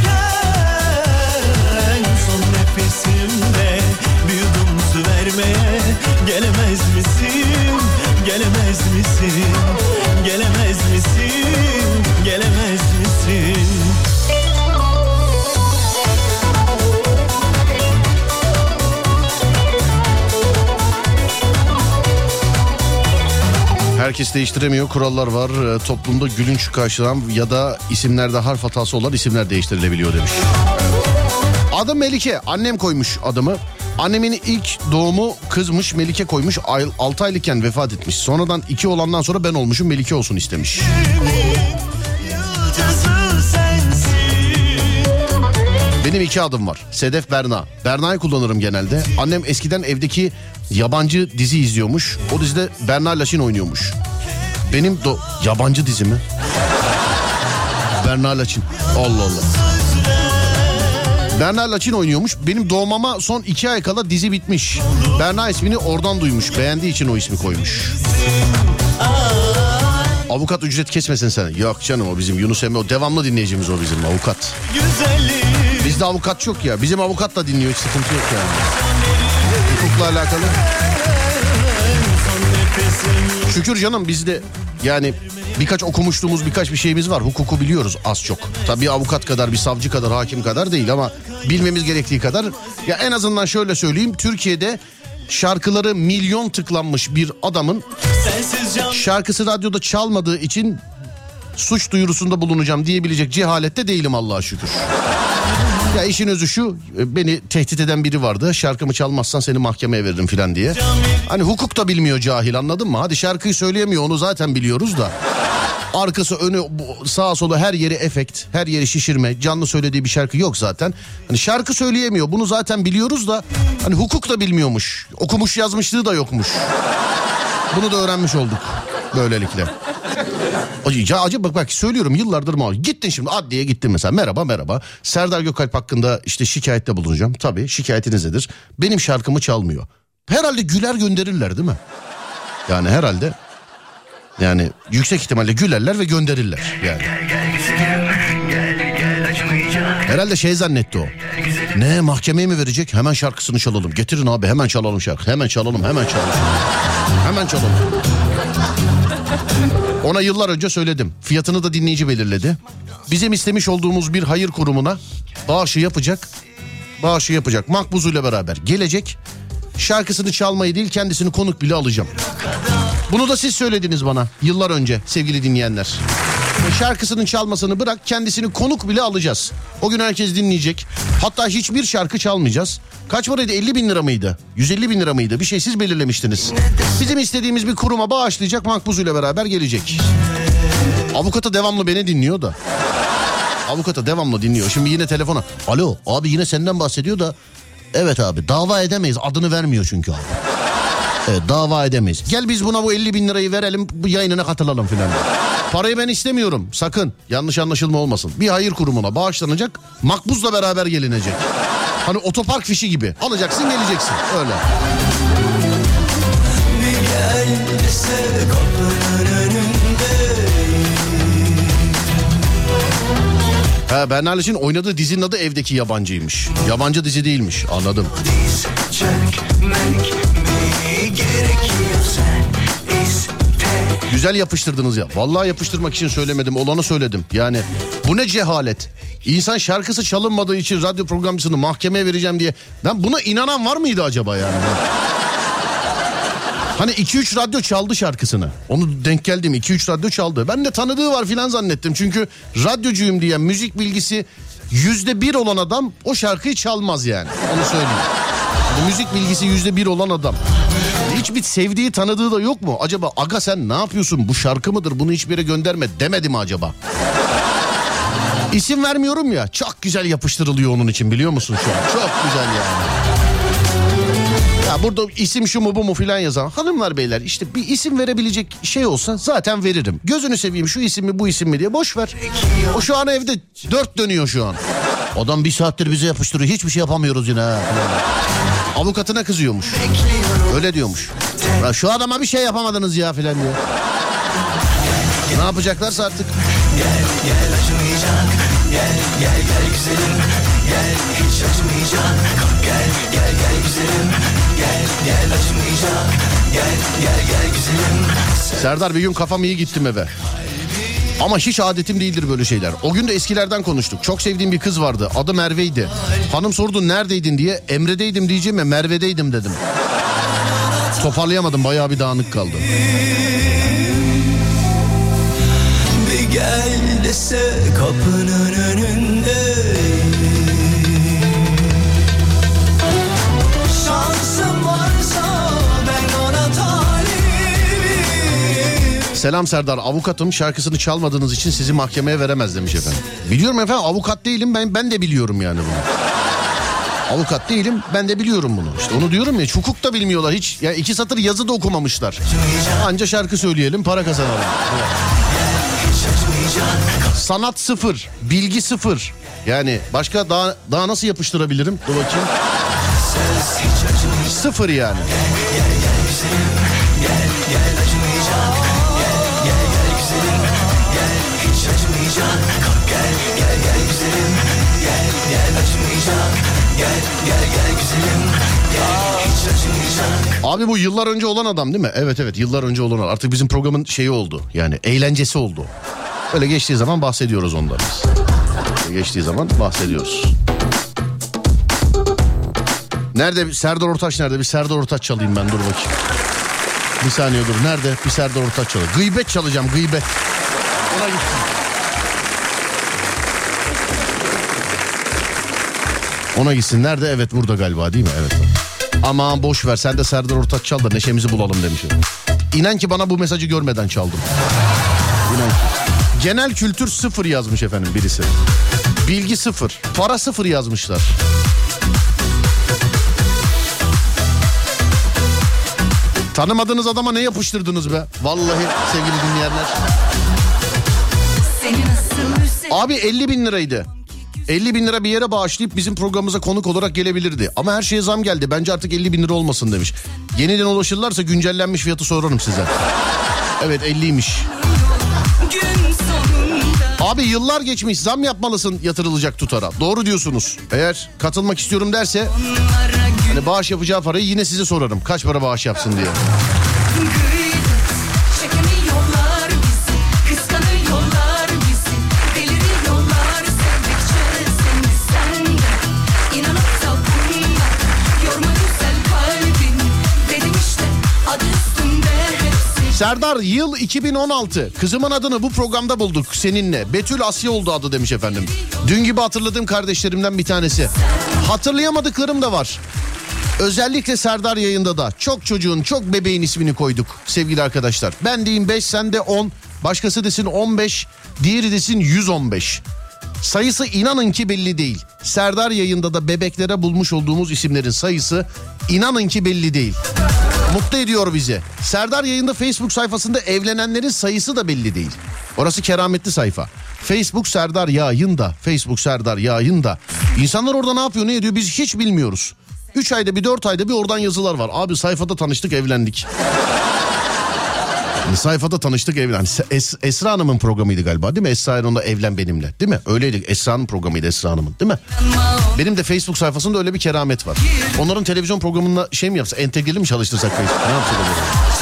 Son nefesimde bir yudum su vermeye gelemez misin? Gelemez misin? Gelemez misin? Gelemez misin? Herkes değiştiremiyor, kurallar var. E, toplumda gülünç karşılanan ya da isimlerde harf hatası olan isimler değiştirilebiliyor demiş. Adım Melike, annem koymuş adımı. Annemin ilk doğumu kızmış, Melike koymuş. altı aylıkken vefat etmiş. Sonradan iki olandan sonra ben olmuşum, Melike olsun istemiş. Benim iki adım var. Sedef, Berna. Berna'yı kullanırım genelde. Annem eskiden evdeki yabancı dizi izliyormuş. O dizide Berna Laşin oynuyormuş. Benim do... Yabancı dizi mi? Berna Laşin. Allah Allah. Berna Laşin oynuyormuş. Benim doğmama son iki ay kala dizi bitmiş. Berna ismini oradan duymuş. Beğendiği için o ismi koymuş. Avukat ücret kesmesin sen. Yok canım, o bizim Yunus Emre. O devamlı dinleyicimiz, o bizim avukat. Bizde avukat çok ya. Bizim avukat da dinliyor, hiç sıkıntı yok yani. Hukukla alakalı. Şükür canım, bizde yani birkaç okumuşluğumuz, birkaç bir şeyimiz var. Hukuku biliyoruz az çok. Tabii avukat kadar, bir savcı kadar, hakim kadar değil ama bilmemiz gerektiği kadar. Ya en azından şöyle söyleyeyim. Türkiye'de şarkıları milyon tıklanmış bir adamın şarkısı radyoda çalmadığı için suç duyurusunda bulunacağım diyebilecek cehalette değilim Allah'a şükür. Ya işin özü şu, beni tehdit eden biri vardı. Şarkımı çalmazsan seni mahkemeye veririm filan diye. Hani hukuk da bilmiyor cahil, anladın mı? Hadi şarkıyı söyleyemiyor, onu zaten biliyoruz da. Arkası önü sağa sola her yeri efekt, her yeri şişirme, canlı söylediği bir şarkı yok zaten. Hani şarkı söyleyemiyor, bunu zaten biliyoruz da hani hukuk da bilmiyormuş. Okumuş yazmışlığı da yokmuş. Bunu da öğrenmiş olduk böylelikle. Ya acaba bak bak söylüyorum yıllardır mı? Gittin şimdi adliyeye gittin mesela, merhaba merhaba. Serdar Gökalp hakkında işte şikayette bulunacağım. Tabii şikayetiniz nedir? Benim şarkımı çalmıyor. Herhalde güler gönderirler değil mi? Yani herhalde. Yani yüksek ihtimalle gülerler ve gönderirler yani. Herhalde şey zannetti o. Ne, mahkemeye mi verecek? Hemen şarkısını çalalım. Getirin abi, hemen çalalım şarkı. Hemen çalalım, hemen çalalım. Hemen çalalım. Ona yıllar önce söyledim. Fiyatını da dinleyici belirledi. Bizim istemiş olduğumuz bir hayır kurumuna bağışı yapacak. Bağışı yapacak. Makbuzuyla beraber gelecek. Şarkısını çalmayı değil, kendisini konuk bile alacağım. Bunu da siz söylediniz bana yıllar önce sevgili dinleyenler. Şarkısının çalmasını bırak, kendisini konuk bile alacağız. O gün herkes dinleyecek. Hatta hiçbir şarkı çalmayacağız. Kaç paraydı? elli bin lira mıydı? yüz elli bin lira mıydı? Bir şey siz belirlemiştiniz. Bizim istediğimiz bir kuruma bağışlayacak, makbuzuyla beraber gelecek. Avukata devamlı beni dinliyor da. Avukata devamlı dinliyor. Şimdi yine telefona. Alo abi, yine senden bahsediyor da. Evet abi, dava edemeyiz, adını vermiyor çünkü abi. Evet, dava edemeyiz. Gel biz buna bu elli bin lirayı verelim, bu yayınına katılalım filan. Parayı ben istemiyorum, sakın yanlış anlaşılma olmasın. Bir hayır kurumuna bağışlanacak, makbuzla beraber gelinecek. Hani otopark fişi gibi alacaksın, geleceksin öyle. Ha, Berna Laşin oynadığı dizinin adı Evdeki Yabancıymış. Yabancı dizi değilmiş, anladım. Güzel yapıştırdınız ya. Vallahi yapıştırmak için söylemedim, olanı söyledim. Yani bu ne cehalet. İnsan şarkısı çalınmadığı için radyo programcısını mahkemeye vereceğim diye. Ben buna inanan var mıydı acaba yani? Hani iki üç radyo çaldı şarkısını. Onu denk geldim, iki üç radyo çaldı. Ben de tanıdığı var filan zannettim. Çünkü radyocuyum diye müzik bilgisi yüzde bir olan adam o şarkıyı çalmaz yani. Onu söyleyeyim. Yani müzik bilgisi yüzde bir olan adam. Hiçbir sevdiği, tanıdığı da yok mu? Acaba aga sen ne yapıyorsun? Bu şarkı mıdır? Bunu hiçbir yere gönderme demedi mi acaba? İsim vermiyorum ya. Çok güzel yapıştırılıyor onun için, biliyor musun şu an? Çok güzel yani. Ya burada isim şu mu bu mu filan yazan hanımlar beyler, işte bir isim verebilecek şey olsa zaten veririm. Gözünü seveyim, şu isim mi bu isim mi diye boş ver. O şu an evde dört dönüyor şu an. Adam bir saattir bize yapıştırıyor, hiçbir şey yapamıyoruz yine ha. Avukatına kızıyormuş. Öyle diyormuş. Ya şu adama bir şey yapamadınız ya filan diyor. Ne yapacaklarsa artık. Gel gel acımayacak. Gel gel gel güzelim, gel hiç acımayacak. Gel gel gel güzelim, gel gel acımayacak. Gel gel gel güzelim. Serdar, bir gün kafam iyi gittim eve. Ama hiç adetim değildir böyle şeyler. O gün de eskilerden konuştuk. Çok sevdiğim bir kız vardı. Adı Merve'ydi. Hanım sordu neredeydin diye. Emre'deydim diyeceğime Merve'deydim dedim. Toparlayamadım, bayağı bir dağınık kaldı. Bir gel dese kapının önünde. Şansım varsa ben ona talibim. Selam Serdar, avukatım, şarkısını çalmadığınız için sizi mahkemeye veremez demiş efendim. Biliyorum efendim, avukat değilim, ben ben de biliyorum yani bunu. Avukat değilim, ben de biliyorum bunu. İşte onu diyorum ya, hukuk da bilmiyorlar hiç. Ya iki satır yazı da okumamışlar. Anca şarkı söyleyelim, para kazanalım. Evet. Sanat sıfır, bilgi sıfır. Yani başka daha daha nasıl yapıştırabilirim? Dur bakayım. Sıfır yani. Abi bu yıllar önce olan adam değil mi? Evet evet, yıllar önce olan adam. Artık bizim programın şeyi oldu. Yani eğlencesi oldu. Öyle geçtiği zaman bahsediyoruz ondan biz. Geçtiği zaman bahsediyoruz. Nerede Serdar Ortaç nerede? Bir Serdar Ortaç çalayım ben, dur bakayım. Bir saniye dur. Nerede? Bir Serdar Ortaç çalayım. Gıybet çalacağım, gıybet. Ona gitsin. Ona gitsin. Nerede? Evet burada galiba değil mi? Evet. Aman boş ver, sen de Serdar Ortaç çal da neşemizi bulalım demişim. İnan ki bana bu mesajı görmeden çaldım. İnan ki. Genel kültür sıfır yazmış efendim birisi. Bilgi sıfır. Para sıfır yazmışlar. Tanımadığınız adama ne yapıştırdınız be? Vallahi sevgili dinleyenler. Abi elli bin liraydı. elli bin lira bir yere bağışlayıp bizim programımıza konuk olarak gelebilirdi. Ama her şeye zam geldi. Bence artık elli bin lira olmasın demiş. Yeniden ulaşırlarsa güncellenmiş fiyatı sorarım size. Evet elliymiş. Abi yıllar geçmiş, zam yapmalısın yatırılacak tutara. Doğru diyorsunuz. Eğer katılmak istiyorum derse hani bağış yapacağı parayı yine size sorarım. Kaç para bağış yapsın diye. Serdar, yıl iki bin on altı. Kızımın adını bu programda bulduk seninle. Betül Asya oldu adı demiş efendim. Dün gibi hatırladığım kardeşlerimden bir tanesi. Hatırlayamadıklarım da var. Özellikle Serdar yayında da çok çocuğun, çok bebeğin ismini koyduk sevgili arkadaşlar. Ben diyeyim beş, sen de on. Başkası desin on beş, diğeri desin yüz on beş. Sayısı inanın ki belli değil. Serdar yayında da bebeklere bulmuş olduğumuz isimlerin sayısı inanın ki belli değil. Mutlu ediyor bizi. Serdar yayında Facebook sayfasında evlenenlerin sayısı da belli değil. Orası kerametli sayfa. Facebook Serdar yayında. Facebook Serdar yayında. İnsanlar orada ne yapıyor, ne ediyor biz hiç bilmiyoruz. üç ayda bir, dört ayda bir oradan yazılar var. Abi sayfada tanıştık, evlendik. Yani sayfada tanıştık, evlendik. Es- Esra Hanım'ın programıydı galiba değil mi? Esra Hanım'da Evlen Benimle değil mi? Öyleydi. Esra'nın programıydı, Esra Hanım'ın değil mi? Benim de Facebook sayfasında öyle bir keramet var. Onların televizyon programında şey mi yapsa, entegreli mi çalıştırsak Facebook? Ne yapsak acaba?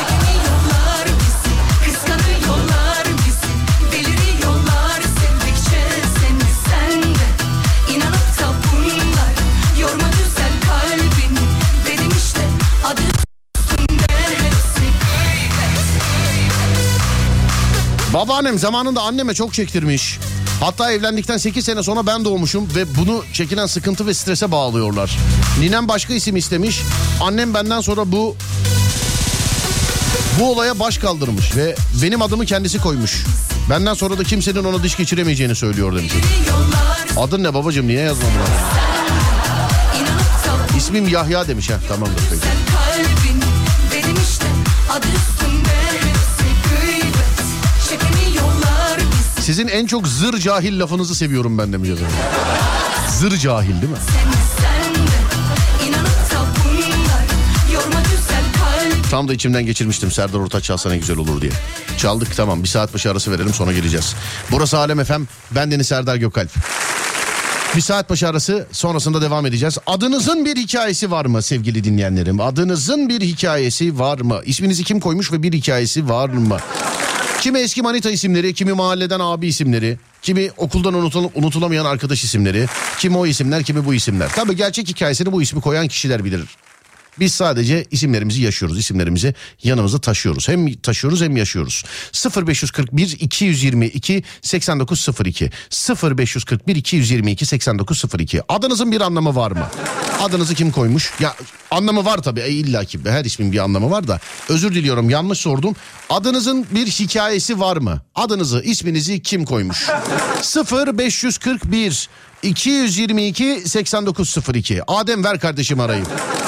Babaannem zamanında anneme çok çektirmiş. Hatta evlendikten sekiz sene sonra ben doğmuşum ve bunu çekilen sıkıntı ve strese bağlıyorlar. Ninem başka isim istemiş. Annem benden sonra bu bu olaya baş kaldırmış ve benim adımı kendisi koymuş. Benden sonra da kimsenin ona diş geçiremeyeceğini söylüyor demiş. Adın ne babacığım, niye yazmadın onu? İsmim Yahya demiş. Heh, tamamdır peki. Sizin en çok zır cahil lafınızı seviyorum ben demiş. Zır cahil değil mi? Tam da içimden geçirmiştim Serdar Ortaç çalsa ne güzel olur diye. Çaldık, tamam, bir saat başı arası verelim, sonra geleceğiz. Burası Alem F M, ben Deniz Serdar Gökalp. Bir saat başı arası, sonrasında devam edeceğiz. Adınızın bir hikayesi var mı sevgili dinleyenlerim? Adınızın bir hikayesi var mı? İsminizi kim koymuş ve bir hikayesi var mı? Kimi eski manita isimleri, kimi mahalleden abi isimleri, kimi okuldan unutul- unutulamayan arkadaş isimleri, kimi o isimler, kimi bu isimler. Tabii gerçek hikayesini bu ismi koyan kişiler bilir. Biz sadece isimlerimizi yaşıyoruz, isimlerimizi yanımıza taşıyoruz. Hem taşıyoruz hem yaşıyoruz. sıfır beş kırk bir iki yüz yirmi iki seksen dokuz sıfır iki sıfır beş kırk bir iki yüz yirmi iki seksen dokuz sıfır iki. Adınızın bir anlamı var mı? Adınızı kim koymuş? Ya anlamı var tabii, e, illa ki her ismin bir anlamı var da. Özür diliyorum, yanlış sordum. Adınızın bir hikayesi var mı? Adınızı, isminizi kim koymuş? sıfır beş kırk bir iki yüz yirmi iki seksen dokuz sıfır iki. Adem, ver kardeşim arayı.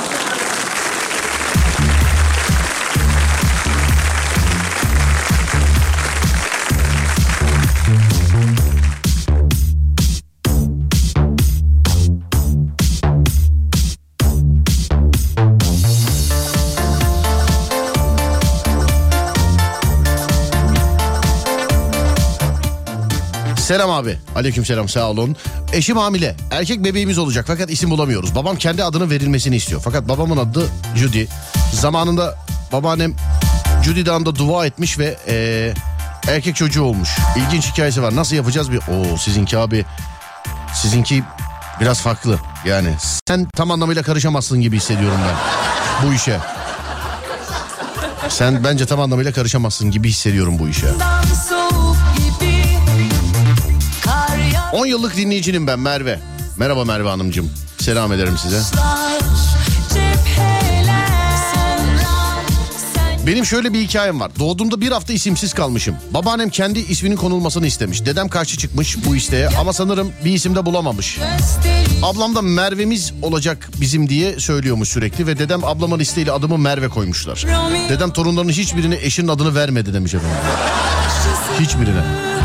Selam abi. Aleykümselam, sağ olun. Eşim hamile. Erkek bebeğimiz olacak fakat isim bulamıyoruz. Babam kendi adını verilmesini istiyor. Fakat babamın adı Judy. Zamanında babaannem Judy'den de dua etmiş ve ee, erkek çocuğu olmuş. İlginç hikayesi var. Nasıl yapacağız bir? Oo, sizinki abi. Sizinki biraz farklı. Yani sen tam anlamıyla karışamazsın gibi hissediyorum ben bu işe. Sen bence tam anlamıyla karışamazsın gibi hissediyorum bu işe. on yıllık dinleyicinim ben, Merve. Merhaba Merve Hanımcığım. Selam ederim size. Benim şöyle bir hikayem var. Doğduğumda bir hafta isimsiz kalmışım. Babaannem kendi isminin konulmasını istemiş. Dedem karşı çıkmış bu isteğe ama sanırım bir isim de bulamamış. Ablam da Merve'miz olacak bizim diye söylüyormuş sürekli ve dedem ablamın isteğiyle adımı Merve koymuşlar. Dedem torunlarının hiçbirine eşinin adını vermedi demiş efendim. Hiçbirine.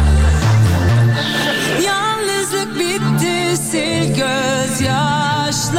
Sil gözyaşlarını,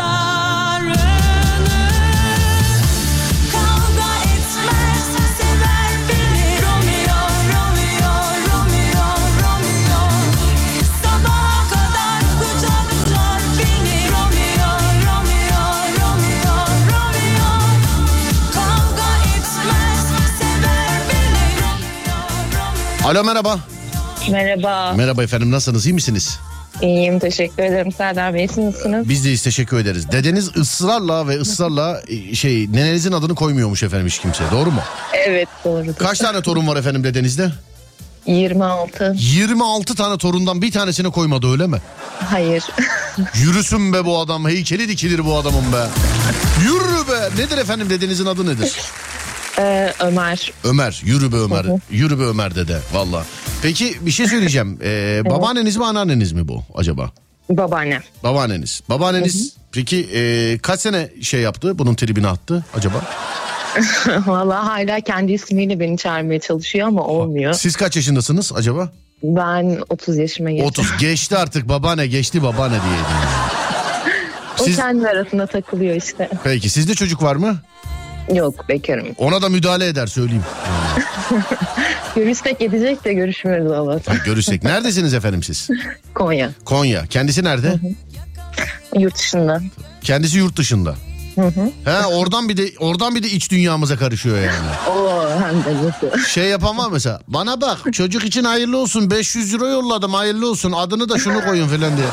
kavga etmez, sever beni Romeo, Romeo, Romeo, Romeo. Sabaha kadar kucaklar beni Romeo, Romeo, Romeo, Romeo. Kavga etmez, sever beni Romeo, Romeo. Alo, merhaba. Merhaba. Merhaba efendim, nasılsınız, iyi misiniz? İyiyim, teşekkür ederim. Serdar Bey, siz nasılsınız? Biz deyiz, teşekkür ederiz. Dedeniz ısrarla ve ısrarla şey nenenizin adını koymuyormuş efendim hiç kimseye, doğru mu? Evet, doğru. Kaç tane torun var efendim dedenizde? yirmi altı. yirmi altı tane torundan bir tanesini koymadı, öyle mi? Hayır. Yürüsün be bu adam, heykeli dikilir bu adamın be. Yürü be. Nedir efendim, dedenizin adı nedir? Ee, Ömer. Ömer, yürü be Ömer. Yürü be Ömer dede, valla. Peki bir şey söyleyeceğim. Ee, evet. Babaanneniz mi, anneanneniz mi bu acaba? Babaannem. Babaanneniz. Babaanneniz hı hı. Peki e, kaç sene şey yaptı, bunun tribini attı acaba? Valla hala kendi ismiyle beni çağırmaya çalışıyor ama olmuyor. Siz kaç yaşındasınız acaba? Ben otuz yaşıma geçtim. otuz geçti artık babaanne, geçti babaanne diye. Siz... O kendi arasında takılıyor işte. Peki sizde çocuk var mı? Yok, bekarım. Ona da müdahale eder, söyleyeyim. Görüşsek edecek de görüşmüyoruz Allah'tan. Görüşsek. Neredesiniz efendim siz? Konya. Konya. Kendisi nerede? Hı hı. Yurt dışında. Kendisi yurt dışında. Hı hı. He, oradan bir de oradan bir de iç dünyamıza karışıyor yani. Oo, hem de nasıl? Şey yapan var mesela. Bana bak, çocuk için hayırlı olsun, beş yüz euro yolladım, hayırlı olsun, adını da şunu koyun falan diye.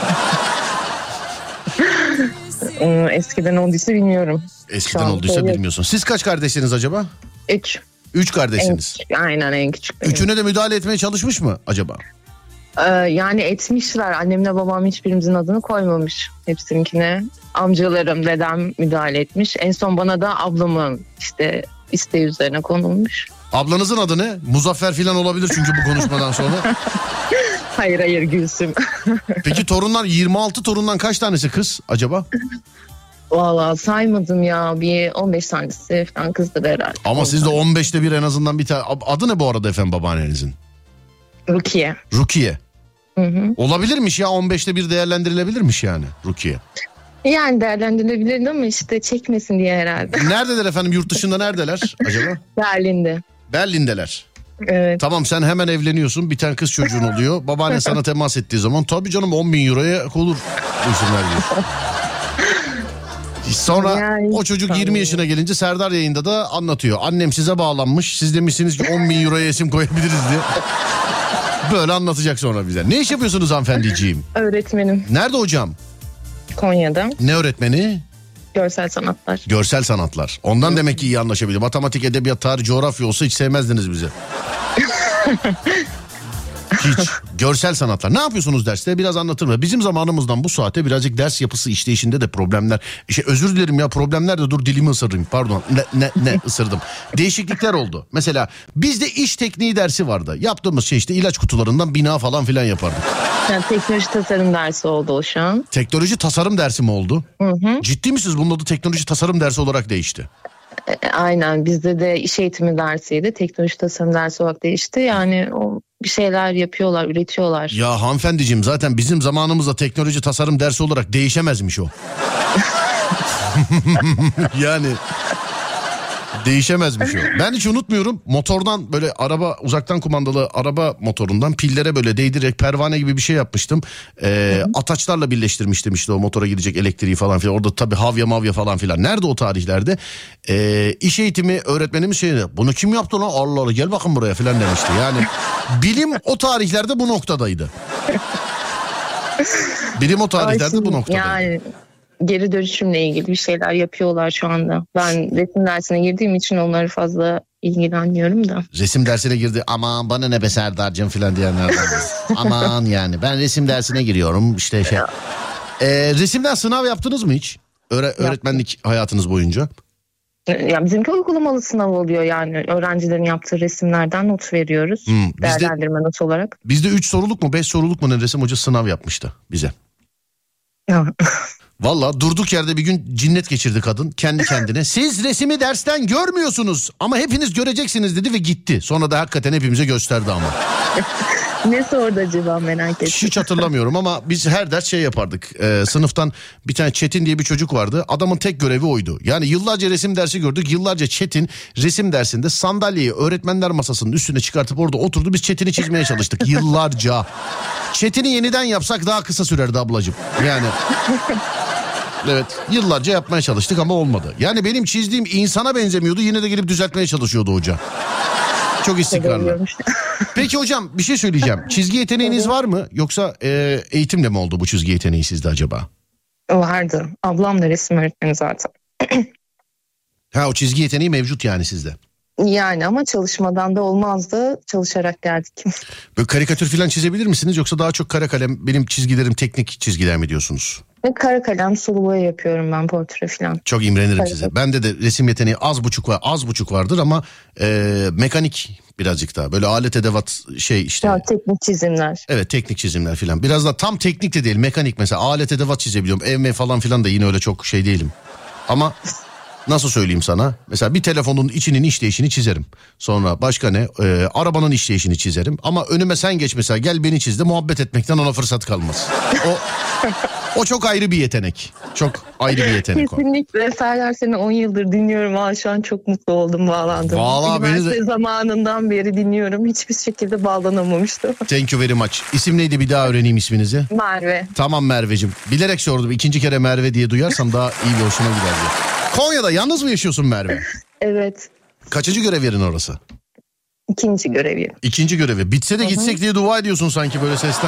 Eskiden olduysa bilmiyorum. Eskiden olduysa yok. Bilmiyorsun. Siz kaç kardeşsiniz acaba? Üç. Üç kardeşsiniz. En, aynen, en küçük benim. Üçüne de müdahale etmeye çalışmış mı acaba? Ee, yani etmişler. Annemle babam hiçbirimizin adını koymamış. Hepsininkine amcalarım, dedem müdahale etmiş. En son bana da ablamın işte isteği üzerine konulmuş. Ablanızın adı ne? Muzaffer falan olabilir çünkü bu konuşmadan sonra. Hayır hayır, Gülsüm. Peki torunlar, yirmi altı torundan kaç tanesi kız acaba? Valla saymadım ya, bir on beş tanesi falan kızdır herhalde. Ama siz de on beşte bir en azından bir tane. Adı ne bu arada efendim babaannenizin? Rukiye. Rukiye. Hı hı. Olabilirmiş ya, on beşte bir değerlendirilebilirmiş yani Rukiye. Yani değerlendirilebilirdi ama işte çekmesin diye herhalde. Neredeler efendim, yurt dışında neredeler acaba? Berlin'de. Berlin'deler. Evet. Tamam, sen hemen evleniyorsun, bir tane kız çocuğun oluyor. Babaanne sana temas ettiği zaman tabii canım on bin euroya olur buyursunlar diyor. Sonra yani, o çocuk tamam. yirmi yaşına gelince Serdar yayında da anlatıyor. Annem size bağlanmış, siz demişsiniz ki on bin euroya isim koyabiliriz diye. Böyle anlatacak sonra bize. Ne iş yapıyorsunuz hanımefendiciğim? Öğretmenim. Nerede hocam? Konya'da. Ne öğretmeni? Görsel sanatlar. Görsel sanatlar. Ondan evet. Demek ki iyi anlaşabilir. Matematik, edebiyat, tarih, coğrafya olsa hiç sevmezdiniz bizi. Hiç. Görsel sanatlar. Ne yapıyorsunuz derste? Biraz anlatır mı? Bizim zamanımızdan bu saate birazcık ders yapısı işleyişinde de problemler. İşte özür dilerim ya, problemler de dur dilimi ısırayım. Pardon. Ne ne, ne ısırdım. Değişiklikler oldu. Mesela bizde iş tekniği dersi vardı. Yaptığımız şey işte ilaç kutularından bina falan filan yapardık. Yani teknoloji tasarım dersi oldu o şu an. Teknoloji tasarım dersi mi oldu? Hı hı. Ciddi misiniz? Bunun adı teknoloji tasarım dersi olarak değişti. Aynen, bizde de iş eğitimi dersiydi. Teknoloji tasarım dersi olarak değişti. Yani o bir şeyler yapıyorlar, üretiyorlar. Ya hanımefendiciğim, zaten bizim zamanımızda teknoloji tasarım dersi olarak değişemezmiş o. Yani değişemezmiş o. Ben hiç unutmuyorum, motordan böyle araba, uzaktan kumandalı araba motorundan pillere böyle değdirerek pervane gibi bir şey yapmıştım. Ee, ataçlarla birleştirmiştim işte o motora gidecek elektriği falan filan. Orada tabii havya mavya falan filan. Nerede o tarihlerde? Ee, iş eğitimi öğretmenimiz şey dedi. Bunu kim yaptı lan? Allah Allah, gel bakın buraya filan demişti. Yani bilim o tarihlerde bu noktadaydı. Bilim o tarihlerde bu noktadaydı. Yani geri dönüşümle ilgili bir şeyler yapıyorlar şu anda. Ben resim dersine girdiğim için onları fazla ilgilenmiyorum da. Resim dersine girdi, aman bana ne be Serdar'cığım filan diyenlerden. Aman yani ben resim dersine giriyorum işte şey. Ee, resimden sınav yaptınız mı hiç? Öğre- öğretmenlik hayatınız boyunca. Ya bizimki uygulamalı sınav oluyor yani. Öğrencilerin yaptığı resimlerden not veriyoruz. Hmm, bizde, değerlendirme notu olarak. Bizde üç soruluk mu beş soruluk mu ne resim hoca sınav yapmıştı bize. Valla durduk yerde bir gün cinnet geçirdi kadın kendi kendine. Siz resmi dersten görmüyorsunuz ama hepiniz göreceksiniz dedi ve gitti. Sonra da hakikaten hepimize gösterdi ama. Ne sordu acaba, merak ettim. Hiç hatırlamıyorum ama biz her ders şey yapardık. Ee, sınıftan bir tane Çetin diye bir çocuk vardı. Adamın tek görevi oydu. Yani yıllarca resim dersi gördük. Yıllarca Çetin resim dersinde sandalyeyi öğretmenler masasının üstüne çıkartıp orada oturdu. Biz Çetin'i çizmeye çalıştık yıllarca. Çetin'i yeniden yapsak daha kısa sürerdi ablacığım. Yani... Evet, yıllarca yapmaya çalıştık ama olmadı. Yani benim çizdiğim insana benzemiyordu, yine de gelip düzeltmeye çalışıyordu hoca. Çok istikrarlı. Peki hocam bir şey söyleyeceğim. Çizgi yeteneğiniz var mı? Yoksa e, eğitimle mi oldu bu çizgi yeteneği sizde acaba? Vardı. Ablam da resim öğretmeni zaten. Ha, o çizgi yeteneği mevcut yani sizde. Yani ama çalışmadan da olmazdı. Çalışarak geldik. Böyle karikatür falan çizebilir misiniz? Yoksa daha çok kara kalem, benim çizgilerim teknik çizgiler mi diyorsunuz? Ve kara kalem, sulu boya yapıyorum ben, portre falan. Çok imrenirim evet. Size. Bende de resim yeteneği az buçuk var, az buçuk vardır ama e, mekanik birazcık daha. Böyle alet edevat şey işte. Ya, teknik çizimler. Evet, teknik çizimler falan. Biraz da tam teknik de değil, mekanik mesela. Alet edevat çizebiliyorum. Ev mev falan filan da yine öyle çok şey değilim. Ama nasıl söyleyeyim sana? Mesela bir telefonun içinin işleyişini çizerim. Sonra başka ne? Ee, arabanın işleyişini çizerim. Ama önüme sen geç mesela, gel beni çiz de muhabbet etmekten ona fırsat kalmaz. O o çok ayrı bir yetenek. Çok ayrı bir yetenek. Kesinlikle. Serdar, seni on yıldır dinliyorum. Aa, şu an çok mutlu oldum, bağlandım. Vallahi Üniversite beni de... zamanından beri dinliyorum. Hiçbir şekilde bağlanamamıştım. Thank you very much. İsim neydi, bir daha öğreneyim isminizi? Merve. Tamam Merveciğim. Bilerek sordum. İkinci kere Merve diye duyarsam daha iyi bir hoşuma giderdi. Konya'da yalnız mı yaşıyorsun Merve? Evet. Kaçıncı görev yerin orası? İkinci görev yerim. İkinci görevi. Bitse de gitsek Hı-hı. diye dua ediyorsun sanki böyle sesten.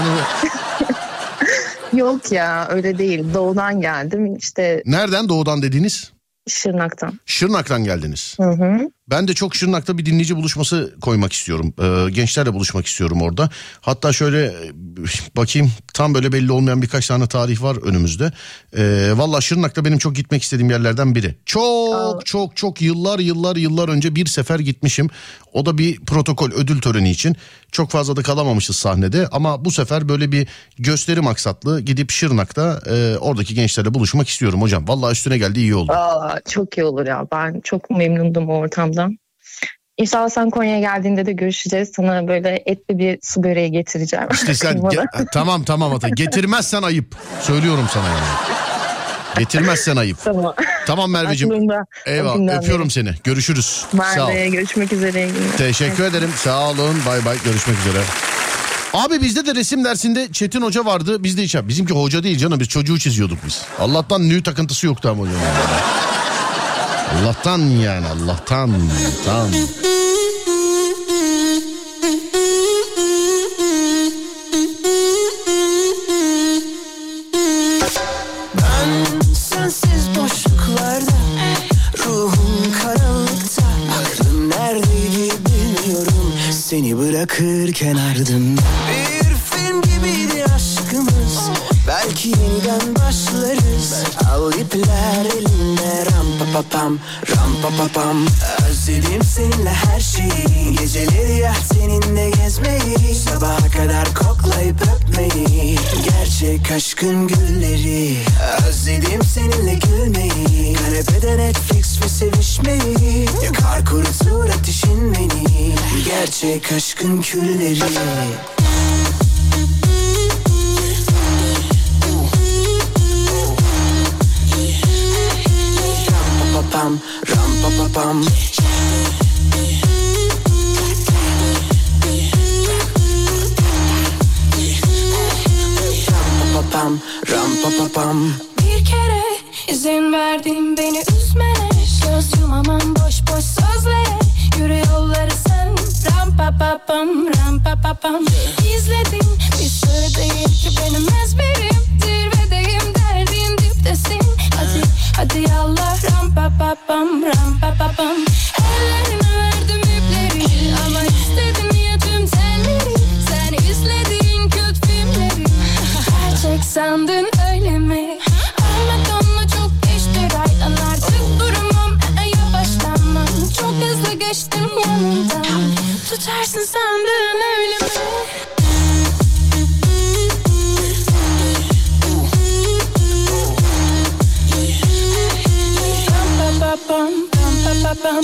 Yok ya, öyle değil. Doğudan geldim işte. Nereden doğudan dediğiniz? Şırnak'tan. Şırnak'tan geldiniz. Hı hı. Ben de çok Şırnak'ta bir dinleyici buluşması koymak istiyorum. Ee, gençlerle buluşmak istiyorum orada. Hatta şöyle bakayım, tam böyle belli olmayan birkaç tane tarih var önümüzde. Ee, Valla Şırnak'ta benim çok gitmek istediğim yerlerden biri. Çok Aa. çok çok yıllar yıllar yıllar önce bir sefer gitmişim. O da bir protokol ödül töreni için. Çok fazla da kalamamışız sahnede. Ama bu sefer böyle bir gösteri maksatlı gidip Şırnak'ta e, oradaki gençlerle buluşmak istiyorum hocam. Valla üstüne geldi, iyi oldu. Aa, çok iyi olur ya. Ben çok memnundum o ortamdan. İnşallah sen Konya'ya geldiğinde de görüşeceğiz. Sana böyle etli bir su böreği getireceğim. İşte sen ge- tamam tamam ata getirmezsen ayıp. Söylüyorum sana yani. Getirmezsen ayıp. Tamam. Tamam Merveciğim. Aklımda. Eyvallah, Aklımdan öpüyorum beri. seni. Görüşürüz. Sağ ol. Ben de görüşmek üzere. Teşekkür ederim. Sağ olun. Bay bay. Görüşmek üzere. Abi bizde de resim dersinde Çetin Hoca vardı. Biz de hiç yap. Bizimki hoca değil canım. Biz çocuğu çiziyorduk biz. Allah'tan nü takıntısı yoktu ama hocam. Allah'tan yani. Allah'tan. Allah'tan. Ben sensiz boşluklarda, ruhum karanlıkta, aklım neredeydi bilmiyorum, seni bırakırken ardımda. Bir film gibiydi aşkımız, belki yeniden başlarız. Al ipler elimde, ram pa pa pam, ram pa pa pam. Özledim seninle her şeyi, geceleri yat seninle gezmeyi, sabaha kadar koklayıp öpmeyi, gerçek aşkın gülleri. Özledim seninle gülmeyi, kanepede Netflix ve sevişmeyi, yakar kurutur ateşin beni, gerçek aşkın külleri. Pam, ram pa pa pam. Ram pa pam, ram pa pa pam. Bir kere izin verdin beni üzmene, göz yumamam boş boş sözlere, yürü yolları sen, ram pa pa pam, ram pa pa pam. İzledim bir sır değil ki benim ezberim, zirvedeyim derdin diptesin, hadi hadi yallah, ram pa pa pam, ram pa pa pam. Ellerine verdim ipleri ama istedim ya tüm telleri, sen izlediğin kötü filmleri gerçek sandın öyle mi? Anladım mı çok geçti raydan, artık durmam, yavaşlanmam, çok hızlı geçtim yanından, tutarsın sandın öyle mi? Pam pam pam pam pam.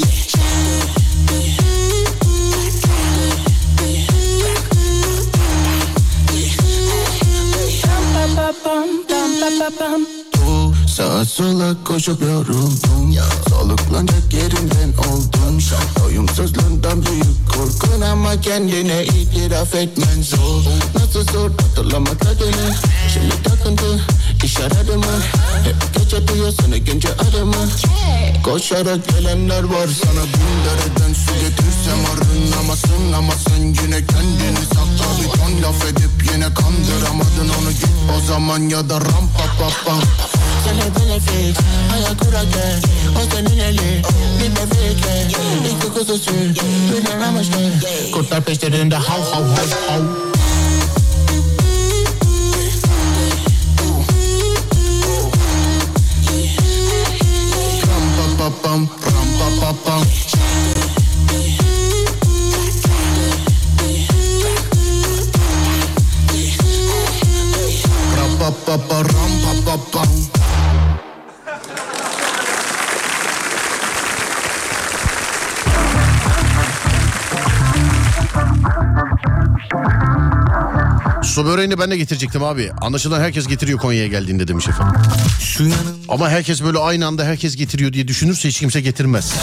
Bu sağa sola koşup yoruldum, soluklanacak yerimden oldum. Doyumsuzluğundan büyük korkun ama kendine itiraf etmen zor. Nasıl zor hatırlamak adını, şimdi takıntı iş aradı mı? Hep gece duyuyorsun ikinci adımı, koşarak gelenler var. Sana bin dereden su getirsem arınamazsın, ama sen yine kendini sakla. Bir ton laf edip yine kandıramadın onu, git o zaman ya da ram pa pa pa. Sen hep benefit, ayak kurake, o senin eli, bir bebekle, iki kuzu sür, bir amaçlı, kurtlar peşlerinde hav hav hav hav. Ram pa pa pam, ram pa pa pam. Ram pa pa pa, ram pa pa pam. Su böreğini ben de getirecektim abi. Anlaşılan herkes getiriyor Konya'ya geldiğinde demiş efendim. Şu yanın Ama herkes böyle aynı anda herkes getiriyor diye düşünürse hiç kimse getirmez.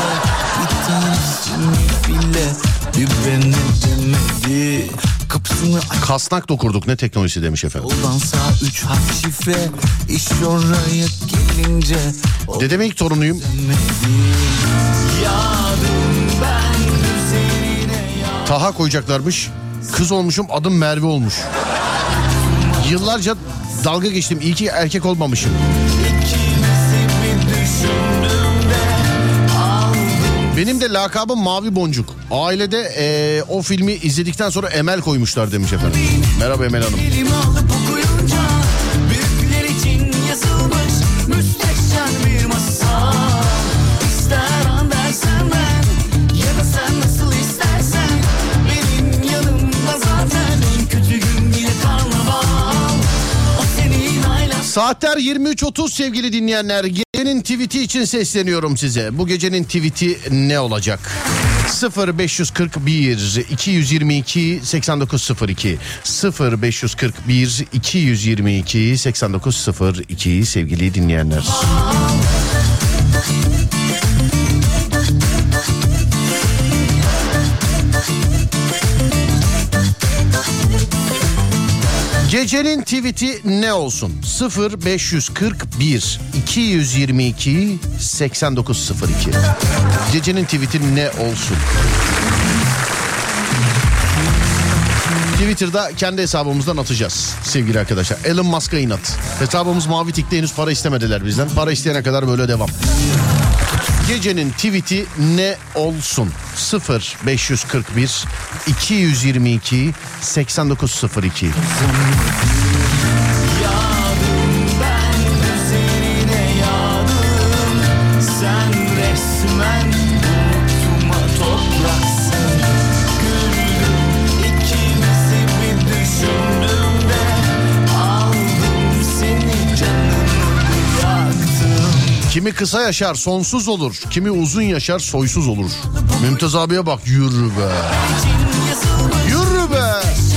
bile bir beni demedi. Kapısını Kasnak dokurduk ne teknolojisi demiş efendim. soldan sağ üç harf şifre, iş oraya gelince Dedemin ilk torunuyum. Taha koyacaklarmış. Kız olmuşum, adım Merve olmuş. Yıllarca dalga geçtim. İyi ki erkek olmamışım. Benim de lakabım Mavi Boncuk. Ailede ee, o filmi izledikten sonra Emel koymuşlar demiş efendim. Merhaba Emel Hanım. elimi alıp okuyunca büyükler için yazılmış müstehcen bir masal. İster an dersen ben ya da sen nasıl istersen, benim yanımda zaten en kötü gün yine karnaval. O senin aylar. Saatler yirmi üç otuz sevgili dinleyenler. Gecenin tweet'i için sesleniyorum size. Bu gecenin tweet'i ne olacak? sıfır beş kırk bir iki yüz yirmi iki seksen dokuz sıfır iki sıfır beş kırk bir iki yüz yirmi iki seksen dokuz sıfır iki sevgili dinleyenler. Gecenin tweet'i ne olsun? sıfır beş kırk bir iki yüz yirmi iki seksen dokuz sıfır iki. Gecenin tweet'i ne olsun? Twitter'da kendi hesabımızdan atacağız sevgili arkadaşlar. Elon Musk'a inat. Hesabımız Mavi Tik'te, henüz para istemediler bizden. Para isteyene kadar böyle devam. Gecenin tweet'i ne olsun? sıfır beş kırk bir iki yüz yirmi iki seksen dokuz sıfır iki. Kimi kısa yaşar sonsuz olur, kimi uzun yaşar soysuz olur. Mümtaz abiye bak, yürü be. Yürü be.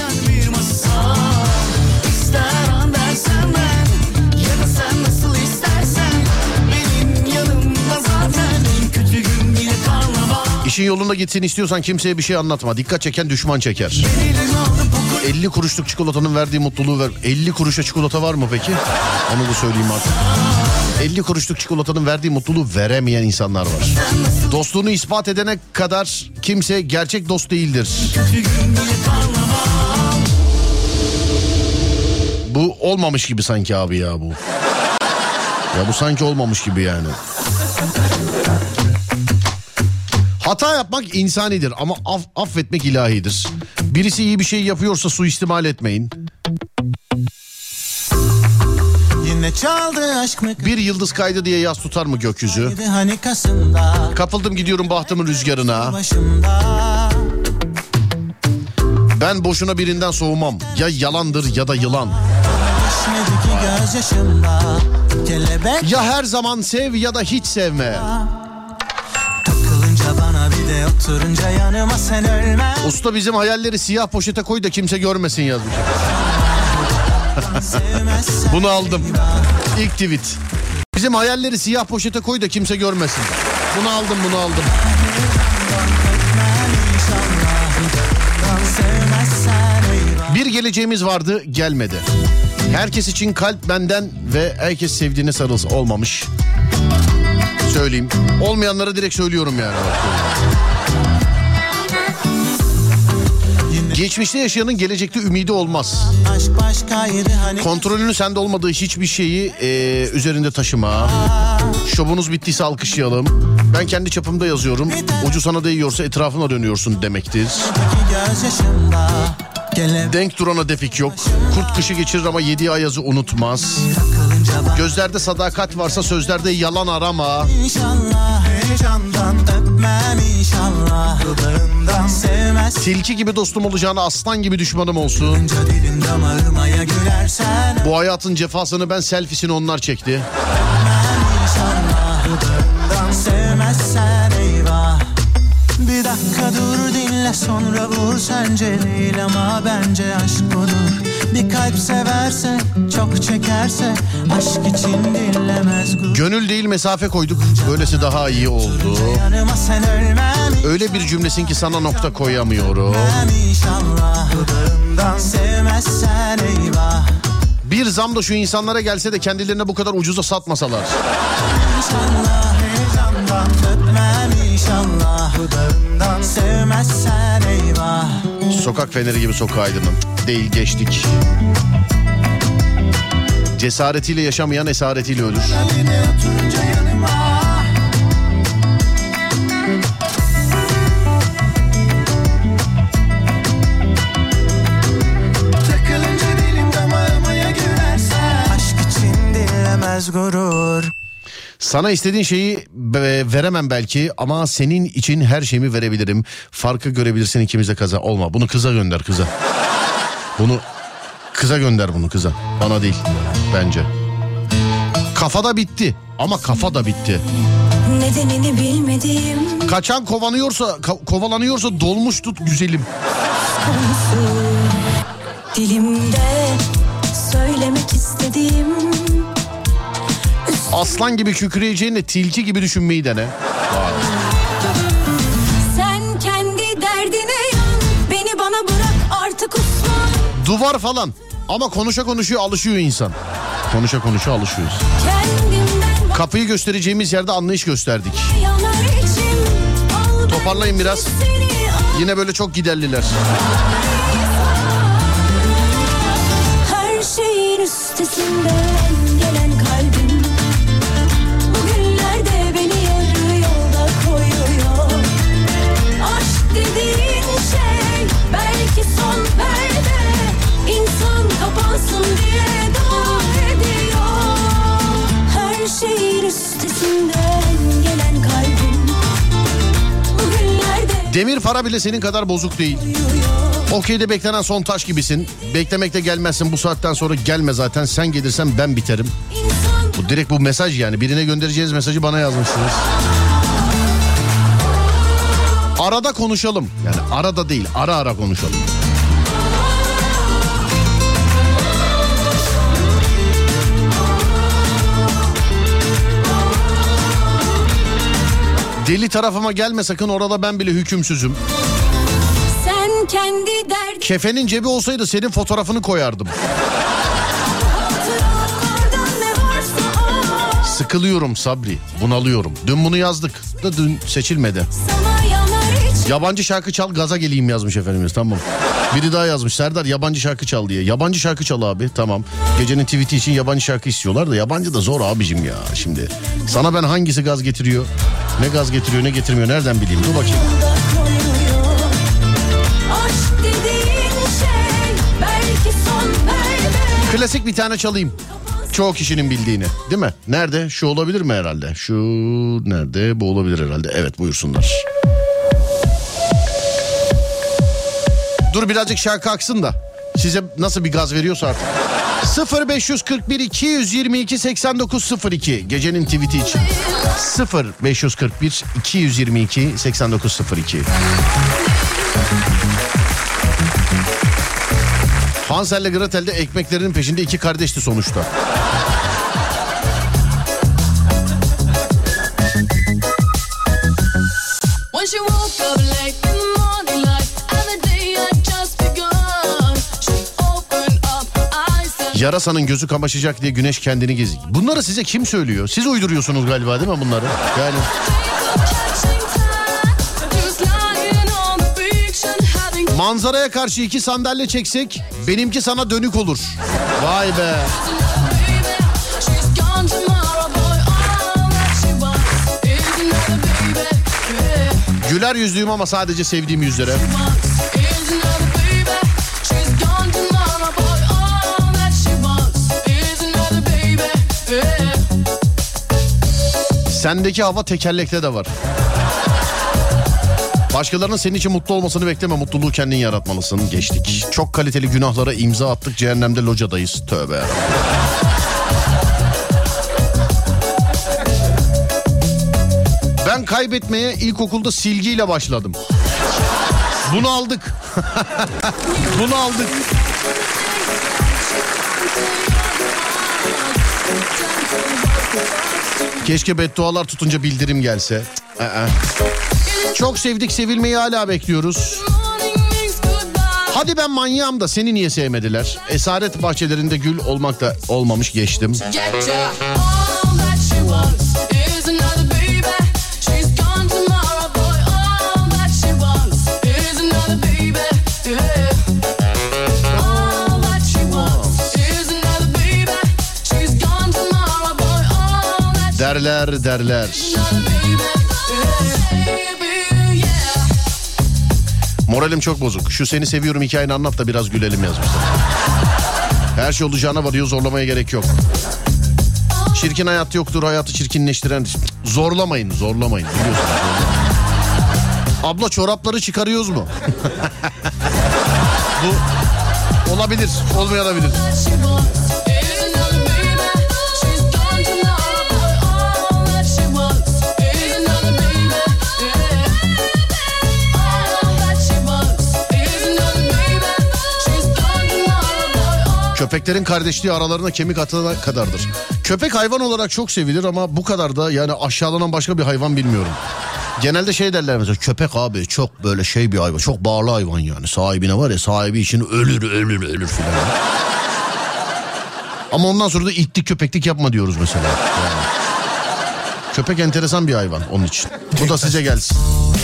İşin yolunda gitsin istiyorsan kimseye bir şey anlatma. Dikkat çeken düşman çeker. elli kuruşluk çikolatanın verdiği mutluluğu ver. elli kuruşa çikolata var mı peki? Onu da söyleyeyim artık. elli kuruşluk çikolatanın verdiği mutluluğu veremeyen insanlar var. Dostluğunu ispat edene kadar kimse gerçek dost değildir. Bu olmamış gibi sanki abi ya bu. Ya bu sanki olmamış gibi yani. Hata yapmak insanidir ama aff- affetmek ilahidir. Birisi iyi bir şey yapıyorsa suistimal etmeyin. Bir yıldız kaydı diye yas tutar mı gökyüzü? Kapıldım gidiyorum bahtımın rüzgarına. Ben boşuna birinden soğumam. Ya yalandır ya da yılan. Ya her zaman sev ya da hiç sevme. Bana bir de oturunca yanıma sen ölme. Usta bizim hayalleri siyah poşete koy da kimse görmesin yazmış. Bunu aldım. İlk tweet. Bizim hayalleri siyah poşete koy da kimse görmesin. Bunu aldım, bunu aldım. Bir geleceğimiz vardı, gelmedi. Herkes için kalp benden ve herkes sevdiğine sarılsın. Olmamış. Söyleyeyim. Olmayanlara direkt söylüyorum yani. Geçmişte yaşayanın gelecekte ümidi olmaz. Kontrolünün sende olmadığı hiçbir şeyi e, üzerinde taşıma. Şovunuz bittiyse alkışlayalım. Ben kendi çapımda yazıyorum. Ucu sana değiyorsa etrafına dönüyorsun demektir. Denk durana defik yok. Kurt kışı geçirir ama yediği ayazı unutmaz. Gözlerde sadakat varsa sözlerde yalan arama. İnşallah heyecandan öpmem inşallah. Tilki gibi dostum olacağına aslan gibi düşmanım olsun. Bu hayatın cefasını ben, selfiesini onlar çekti. Sevmezsen eyvah. Bir dakika dur dinle sonra vur, sence değil ama bence aşk odur. Bir kalp severse çok çekerse aşk için dinlemez. Gönül değil mesafe koyduk, böylesi daha iyi oldu. Öyle bir cümlesin ki sana nokta koyamıyorum. Sevmezsen eyvah. Bir zam da şu insanlara gelse de kendilerine bu kadar ucuza satmasalar. İnşallah heyecandan öpmem inşallah. Sevmezsen eyvah. Sokak feneri gibi sokağa aydınlan. Değil, geçtik. Cesaretiyle yaşamayan esaretiyle ölür. Gurur. Sana istediğin şeyi veremem belki ama senin için her şeyimi verebilirim. Farkı görebilirsin ikimiz de kaza. Olma, bunu kıza gönder, kıza. Bunu kıza gönder, bunu kıza. Bana değil bence. Kafada bitti. ama kafa da bitti. Nedenini bilmediğim Kaçan kovanıyorsa, ka- kovalanıyorsa dolmuş tut güzelim. konusu. Dilimde söylemek istediğim. Aslan gibi kükreyeceğine tilki gibi düşünmeyi dene. Vay. Sen kendi derdine yan, beni bana bırak artık Osman. Duvar falan ama konuşa konuşuyor alışıyor insan. Konuşa konuşa alışıyoruz. Kendimden Kapıyı göstereceğimiz yerde anlayış gösterdik. yanar içim. Al Toparlayın biraz. seni al. Yine böyle çok giderliler. Her şeyin üstesinden gelen kalbim bugünlerde beni yarı yolda koyuyor. Aşk dediğin şey belki son perde, İnsan kapansın diye dua ediyor. Her şeyin üstesinden gelen kalbim bugünlerde Demir para bile senin kadar bozuk değil. koyuyor. Okey'de beklenen son taş gibisin. Beklemekte gelmezsin, bu saatten sonra gelme zaten. Sen gelirsen ben biterim. İnsan Bu direkt bu mesaj yani. Birine göndereceğiz mesajı bana yazmışsınız. Arada konuşalım. Yani arada değil, ara ara konuşalım. Deli tarafıma gelme sakın, orada ben bile hükümsüzüm. sen kendi derdin. Kefenin cebi olsaydı senin fotoğrafını koyardım. Hatıralardan ne varsa al. Sıkılıyorum Sabri, bunalıyorum. Dün bunu yazdık da dün seçilmedi. Sana yanar içim. Yabancı şarkı çal gaza geleyim yazmış efendimiz, tamam. Biri daha yazmış, Serdar yabancı şarkı çal diye. Yabancı şarkı çal abi, tamam. Gecenin tweet'i için yabancı şarkı istiyorlar da yabancı da zor abicim ya şimdi. Sana ben hangisi gaz getiriyor, ne gaz getiriyor ne getirmiyor nereden bileyim, dur bakayım. Yolda koyuyor. Aşk dediğin şey belki son perde. Klasik bir tane çalayım. Çoğu kişinin bildiğini, değil mi? Nerede? Şu olabilir mi herhalde? Şu nerede? Bu olabilir herhalde. Evet, buyursunlar. Dur birazcık şarkı aksın da size nasıl bir gaz veriyorsa artık. sıfır beş kırk bir iki yüz yirmi iki seksen dokuz sıfır iki gecenin tweet'i için. sıfır beş kırk bir iki yüz yirmi iki seksen dokuz sıfır iki. Hansel ile Gretel de ekmeklerinin peşinde iki kardeşti sonuçta. When she woke up late in the morning light and the day had just begun, she opened up her eyes and Yarasanın gözü kamaşacak diye güneş kendini gezi. Bunları size kim söylüyor? Siz uyduruyorsunuz galiba değil mi bunları? Yani catching time. She was lying on the beach and having manzaraya karşı iki sandalye çeksek benimki sana dönük olur. Vay be. baby. She's gone tomorrow, boy. All that she wants is another baby. Yeah. Güler yüzlüyüm ama sadece sevdiğim yüzlere. Wants is another baby. She's gone tomorrow, boy. All that she wants is another baby. Yeah. Sendeki hava tekerlekte de var. Başkalarının senin için mutlu olmasını bekleme. Mutluluğu kendin yaratmalısın. Geçtik. Çok kaliteli günahlara imza attık. Cehennemde locadayız. Tövbe yarabbim. Ben kaybetmeye ilkokulda silgiyle başladım. Bunu aldık. Bunu aldık. Keşke beddualar tutunca bildirim gelse. Cık, ı-ı. Çok sevdik, sevilmeyi hala bekliyoruz. Hadi ben manyağım da seni niye sevmediler? Esaret bahçelerinde gül olmak da olmamış, geçtim. Get ya. All that she wants is another baby. She's gone tomorrow, boy. All that she wants is another baby. Yeah. All that she wants is another baby. She's gone tomorrow, boy. All that she Derler derler. another baby. Yeah. Baby, yeah. Moralim çok bozuk. Şu seni seviyorum hikayeni anlat da biraz gülelim yazmışlar. Her şey olacağına varıyor, zorlamaya gerek yok. Çirkin hayat yoktur, hayatı çirkinleştiren. Cık, zorlamayın, zorlamayın. Biliyorsunuz. Abla çorapları çıkarıyoruz mu? Bu olabilir, olmayabilir. That she wants is another baby. She's gone tomorrow, boy. All Köpeklerin kardeşliği aralarına kemik atana kadardır. Köpek hayvan olarak çok sevilir ama bu kadar da yani aşağılanan başka bir hayvan bilmiyorum. Genelde şey derler mesela, köpek abi çok böyle şey bir hayvan, çok bağlı hayvan yani. Sahibine var ya, sahibi için ölür ölür ölür filan. Ama ondan sonra da itlik köpeklik yapma diyoruz mesela. Yani. Köpek enteresan bir hayvan onun için. Bu da size gelsin.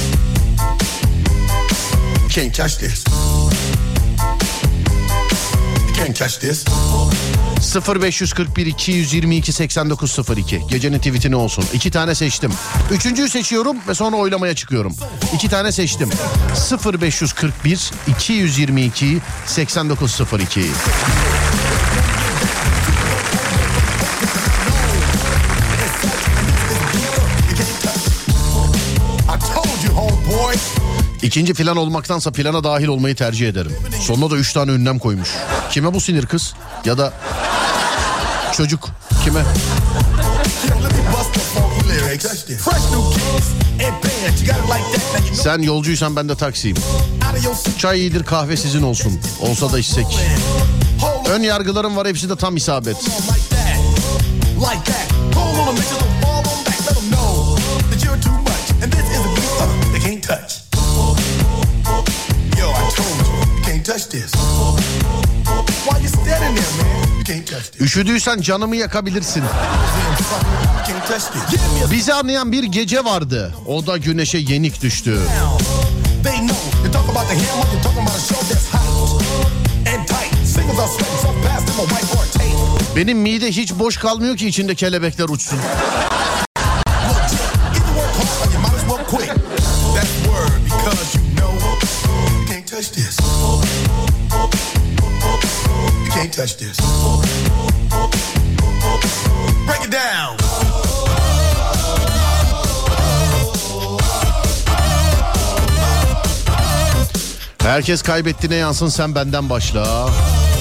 Can't catch this. Can't catch this. sıfır beş kırk bir iki yüz yirmi iki seksen dokuz sıfır iki. Gecenin tweet'i ne olsun? İki tane seçtim. Üçüncüyü seçiyorum ve sonra oylamaya çıkıyorum. İki tane seçtim. sıfır beş kırk bir iki yüz yirmi iki seksen dokuz sıfır iki. İkinci plan olmaktansa plana dahil olmayı tercih ederim. Sonuna da üç tane ünlem koymuş. Kime bu sinir kız? Ya da çocuk kime? Sen yolcuysan ben de taksiyim. Çay iyidir, kahve sizin olsun. Olsa da içsek. Ön yargılarım var, hepsi de tam isabet. Üşüdüysen canımı yakabilirsin. Bizi anlayan bir gece vardı. O da güneşe yenik düştü. Benim mide hiç boş kalmıyor ki içinde kelebekler uçsun. Can't touch this. Break it down. Herkes kaybettiğine yansın, sen benden başla. Stop.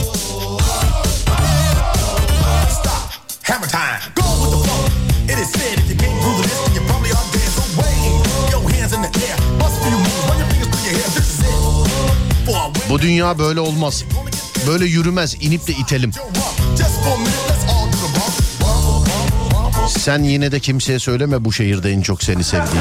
Hammer time. Go with the flow. It is said if you can't prove this, then you probably are dead. So wave your hands in the air. Bust for your moves. Run your fingers through your hair. This is it. Bu dünya böyle olmaz. Böyle yürümez, inip de itelim. Sen yine de kimseye söyleme bu şehirde en çok seni sevdiğimi.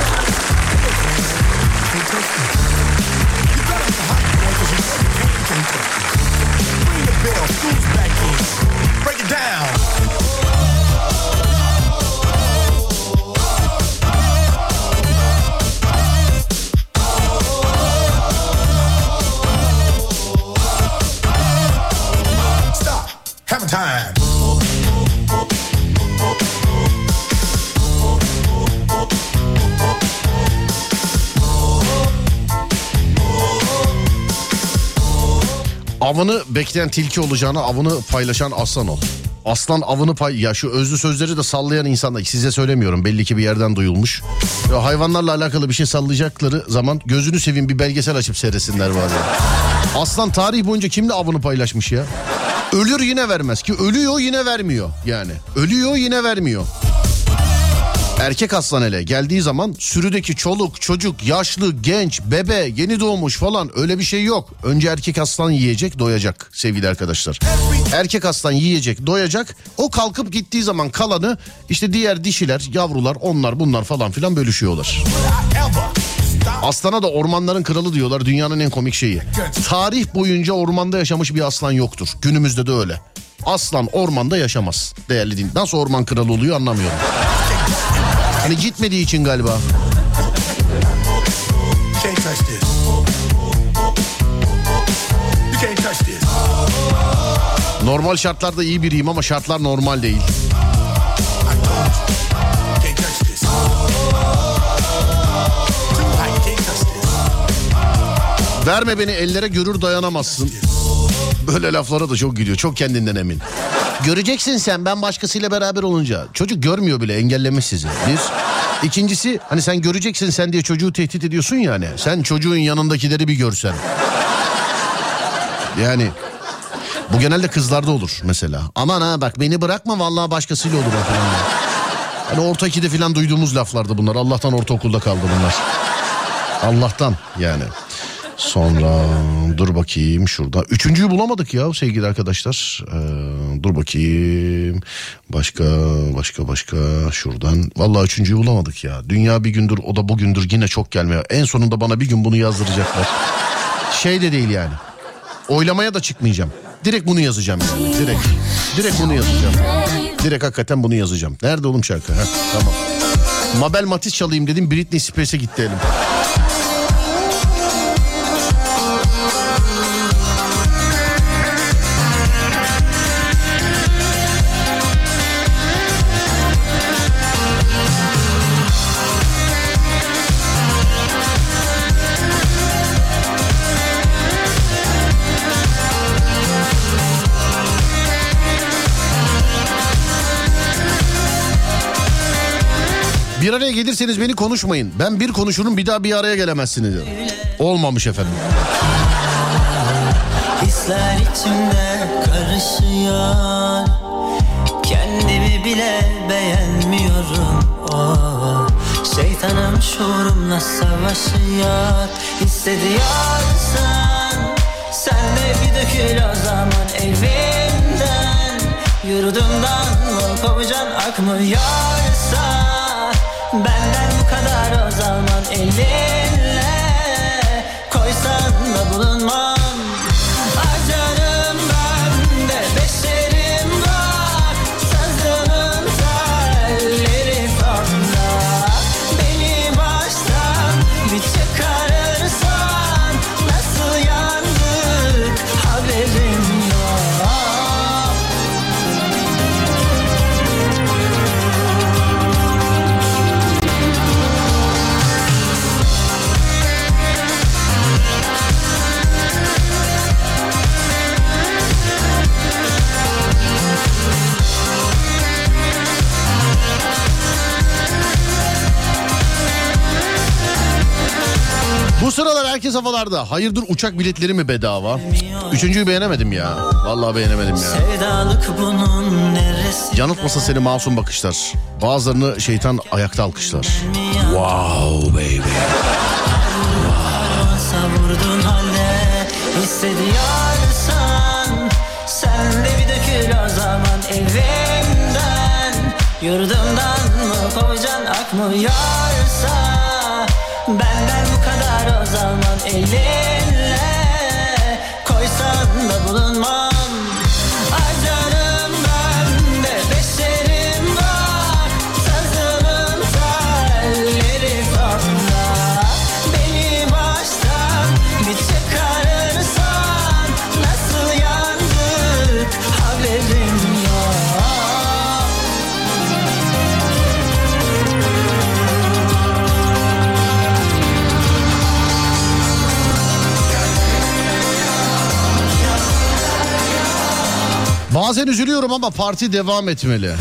Avını bekleyen tilki olacağına avını paylaşan aslan ol. Aslan avını pay... Ya şu özlü sözleri de sallayan insanlar, size söylemiyorum, belli ki bir yerden duyulmuş. Ya hayvanlarla alakalı bir şey sallayacakları zaman gözünü seveyim bir belgesel açıp seyretsinler bazen. Aslan tarih boyunca kimle avını paylaşmış ya? Ölür yine vermez ki, ölüyor yine vermiyor yani. Ölüyor yine vermiyor. Erkek aslan hele geldiği zaman sürüdeki çoluk, çocuk, yaşlı, genç, bebe, yeni doğmuş falan öyle bir şey yok. Önce erkek aslan yiyecek, doyacak sevgili arkadaşlar. Erkek aslan yiyecek, doyacak. O kalkıp gittiği zaman kalanı işte diğer dişiler, yavrular, onlar bunlar falan filan bölüşüyorlar. Aslana da ormanların kralı diyorlar, dünyanın en komik şeyi. Tarih boyunca ormanda yaşamış bir aslan yoktur. Günümüzde de öyle. Aslan ormanda yaşamaz değerli din. Nasıl orman kralı oluyor anlamıyorum. Hani gitmediği için galiba. Normal şartlarda iyi biriyim ama şartlar normal değil. Verme beni ellere, görür dayanamazsın. Böyle laflara da çok gidiyor. Çok kendinden emin. Göreceksin sen ben başkasıyla beraber olunca. Çocuk görmüyor bile, engellemiş sizi. Bir. İkincisi hani sen göreceksin sen diye çocuğu tehdit ediyorsun ya hani. Sen çocuğun yanındakileri bir görsen. Yani bu genelde kızlarda olur mesela. Aman ha bak beni bırakma vallahi başkasıyla olur o falan. Hani orta ikide falan duyduğumuz laflardı bunlar. Allah'tan ortaokulda kaldı bunlar. Allah'tan yani. Sonra dur bakayım şurada. Üçüncüyü bulamadık ya sevgili arkadaşlar. Ee, dur bakayım. Başka başka başka şuradan. Vallahi üçüncüyü bulamadık ya. Dünya bir gündür, o da bugündür, yine çok gelmiyor. En sonunda bana bir gün bunu yazdıracaklar. Şey de değil yani. Oylamaya da çıkmayacağım. Direkt bunu yazacağım yani. Direkt. Direkt bunu yazacağım. Direkt hakikaten bunu yazacağım. Nerede oğlum şarkı? Heh, tamam. Mabel Matiz çalayım dedim. Britney Spears'e gitti elim. Bir araya gelirseniz beni konuşmayın. Ben bir konuşurum, bir daha bir araya gelemezsiniz. Olmamış efendim. Hisler içimde karışıyor. Kendimi bile beğenmiyorum. Oh, şeytanım şuurumla savaşıyor. Hissediyorsan sen de bir dökül o zaman evimden. Yurdumdan mı kovacan akmıyorsa benden bu kadar o zaman elinle koysan da bulunmam. Acarım ben de beşerim var. Sazının telleri fonda. Beni baştan bir çıkarırsan nasıl yandık haberim yok. Bu sıralar herkes havalarda. Hayırdır, uçak biletleri mi bedava? Üçüncüyü beğenemedim ya. Vallahi beğenemedim ya. Yanıltmasa seni masum bakışlar. Bazılarını şeytan ayakta alkışlar. Wow baby. Wow. Savurdun halde hissediyorsan sen de bir dökül o zaman evimden. Yurdumdan mı kovacan akmıyorsa benden bu kadar o zaman elinle koysan da bulunmam. Acarım ben de beşerim var. Sazının telleri fonda. Beni baştan bir çıkarırsan nasıl yandık haberim yok. Bazen üzülüyorum ama parti devam etmeli.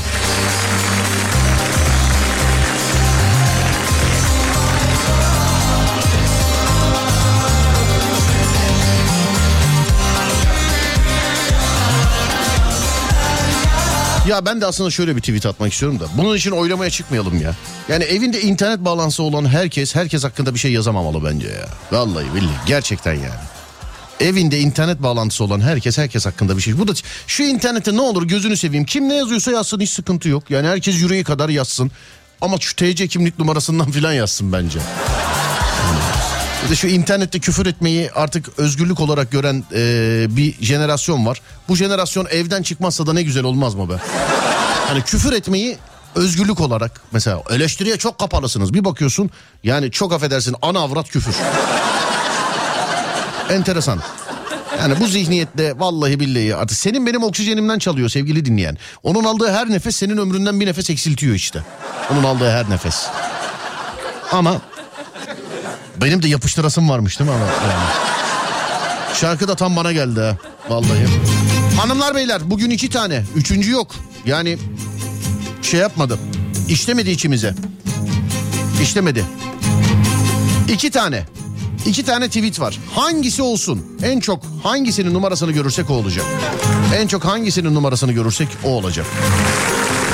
Ya ben de aslında şöyle bir tweet atmak istiyorum da bunun için oylamaya çıkmayalım ya. Yani evinde internet bağlantısı olan herkes herkes hakkında bir şey yazamamalı bence ya. Vallahi billahi gerçekten yani. Evinde internet bağlantısı olan herkes herkes hakkında bir şey. Bu da şu internette ne olur gözünü seveyim. Kim ne yazıyorsa yazsın, hiç sıkıntı yok. Yani herkes yüreği kadar yazsın. Ama şu T C kimlik numarasından filan yazsın bence. Bir de şu internette küfür etmeyi artık özgürlük olarak gören e, bir jenerasyon var. Bu jenerasyon evden çıkmazsa da ne güzel olmaz mı be? Hani küfür etmeyi özgürlük olarak, mesela eleştiriye çok kapalısınız. Bir bakıyorsun yani çok affedersin ana avrat küfür. Enteresan. Yani bu zihniyetle vallahi billahi artık senin benim oksijenimden çalıyor sevgili dinleyen. Onun aldığı her nefes senin ömründen bir nefes eksiltiyor işte. Onun aldığı her nefes. Ama benim de yapıştırasım varmış değil mi? Yani. Şarkı da tam bana geldi ha. Vallahi. Hanımlar beyler bugün iki tane. Üçüncü yok. Yani şey yapmadı. İşlemedi içimize. İşlemedi. İki tane. İki tane tweet var. Hangisi olsun? En çok hangisinin numarasını görürsek o olacak. En çok hangisinin numarasını görürsek o olacak.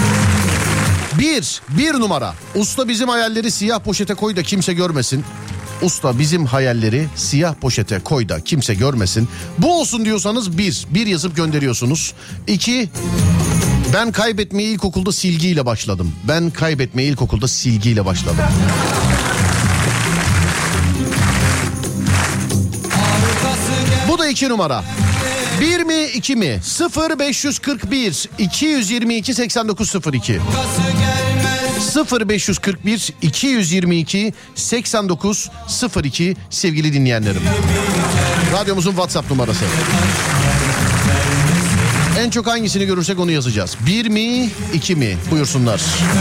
Bir, bir numara. Usta bizim hayalleri siyah poşete koy da kimse görmesin. Usta bizim hayalleri siyah poşete koy da kimse görmesin. Bu olsun diyorsanız bir. Bir yazıp gönderiyorsunuz. İki. Ben kaybetmeye ilkokulda silgiyle başladım. Ben kaybetmeye ilkokulda silgiyle başladım. Bu da iki numara. Bir mi iki mi? sıfır beş kırk bir iki yüz yirmi iki seksen dokuz sıfır iki sıfır beş kırk bir iki yüz yirmi iki seksen dokuz sıfır iki sevgili dinleyenlerim. Radyomuzun WhatsApp numarası. En çok hangisini görürsek onu yazacağız. Bir mi iki mi? Buyursunlar.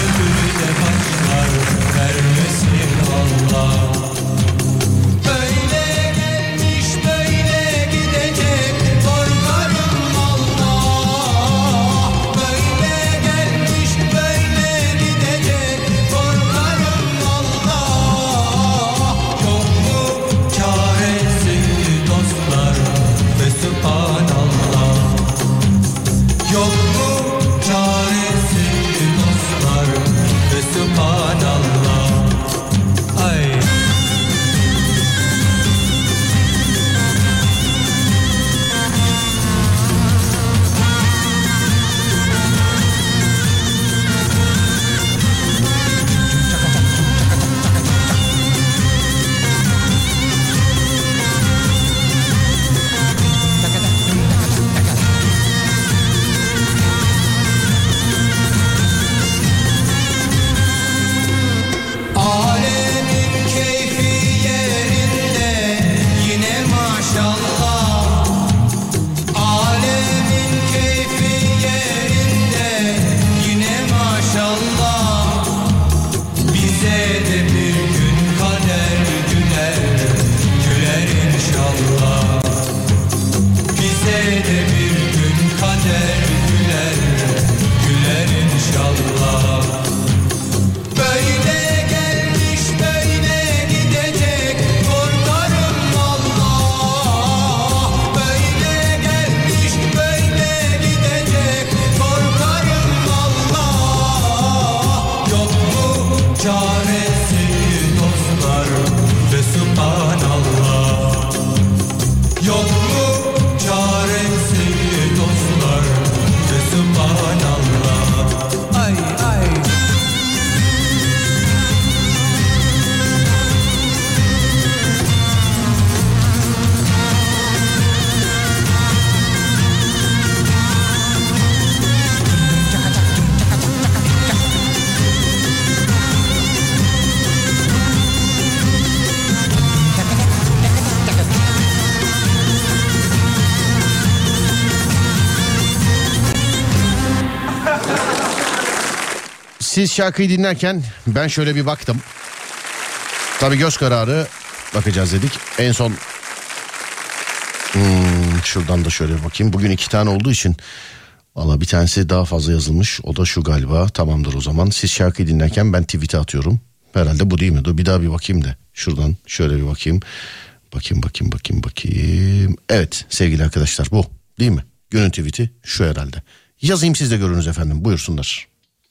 Siz şarkıyı dinlerken ben şöyle bir baktım. Tabii göz kararı bakacağız dedik. En son hmm, şuradan da şöyle bir bakayım. Bugün iki tane olduğu için valla bir tanesi daha fazla yazılmış. O da şu galiba. Tamamdır o zaman. Siz şarkıyı dinlerken ben tweet'e atıyorum. Herhalde bu değil mi? Dur bir daha bir bakayım da. Şuradan şöyle bir bakayım. Bakayım bakayım bakayım bakayım. Evet sevgili arkadaşlar bu değil mi? Günün tweet'i şu herhalde. Yazayım siz de görünüz efendim. Buyursunlar.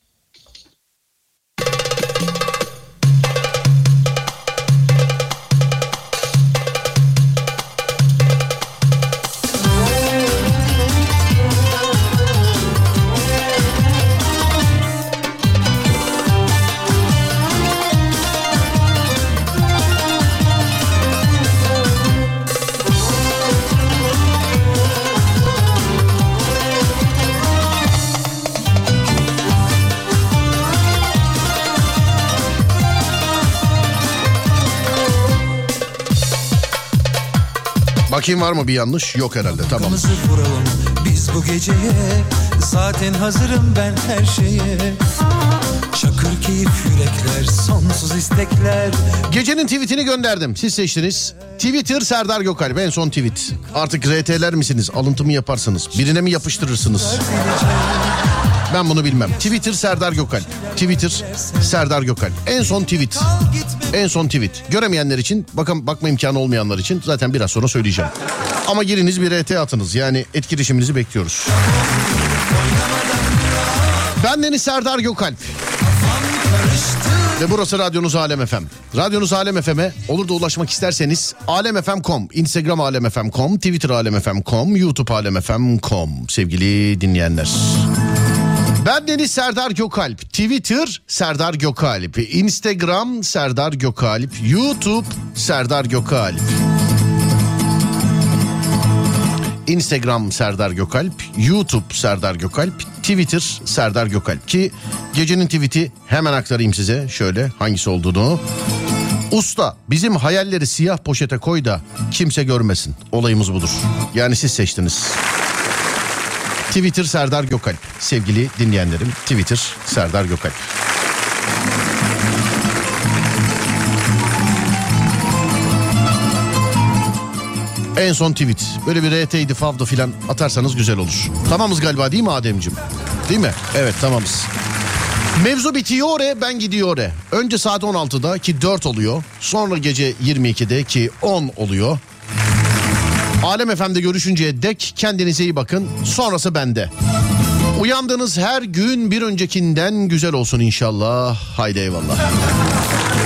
Bakayım var mı bir yanlış? Yok herhalde. Tamam. Vuralım biz bu geceye. Zaten hazırım ben her şeye. Çakır keyif yürekler, sonsuz istekler. Gecenin tweetini gönderdim. Siz seçtiniz. Twitter Serdar Gökalp en son tweet. Artık R T'ler misiniz? Alıntı mı yaparsınız? Birine mi yapıştırırsınız? Ben bunu bilmem. Twitter Serdar Gökalp. Twitter Serdar Gökalp. En son tweet. En son tweet. Göremeyenler için, bakın bakma imkanı olmayanlar için zaten biraz sonra söyleyeceğim. Ama giriniz bir R T atınız. Yani etkileşiminizi bekliyoruz. Ben Deniz Serdar Gökalp. Ve burası radyonuz Alem F M. Radyonuz Alem F M'e olur da ulaşmak isterseniz alemfm nokta com, Instagram alemfm nokta com, Twitter alemfm nokta com, YouTube alemfm nokta com sevgili dinleyenler. Ben Deniz Serdar Gökalp. Twitter Serdar Gökalp, Instagram Serdar Gökalp, YouTube Serdar Gökalp. Instagram Serdar Gökalp, YouTube Serdar Gökalp, Twitter Serdar Gökalp. Ki gecenin tweet'i hemen aktarayım size şöyle hangisi olduğunu. Usta bizim hayalleri siyah poşete koy da kimse görmesin. Olayımız budur. Yani siz seçtiniz. Twitter Serdar Gökalp. Sevgili dinleyenlerim, Twitter Serdar Gökalp. En son tweet. Böyle bir R T'ydi, favdı filan atarsanız güzel olur. Tamamız galiba değil mi Ademciğim? Değil mi? Evet tamamız. Mevzu bitiyor, ben gidiyor. Önce saat on altıda ki dört oluyor. Sonra gece yirmi ikide ki on oluyor. Alem F M'de görüşünceye dek kendinize iyi bakın. Sonrası bende. Uyandığınız her gün bir öncekinden güzel olsun inşallah. Haydi eyvallah.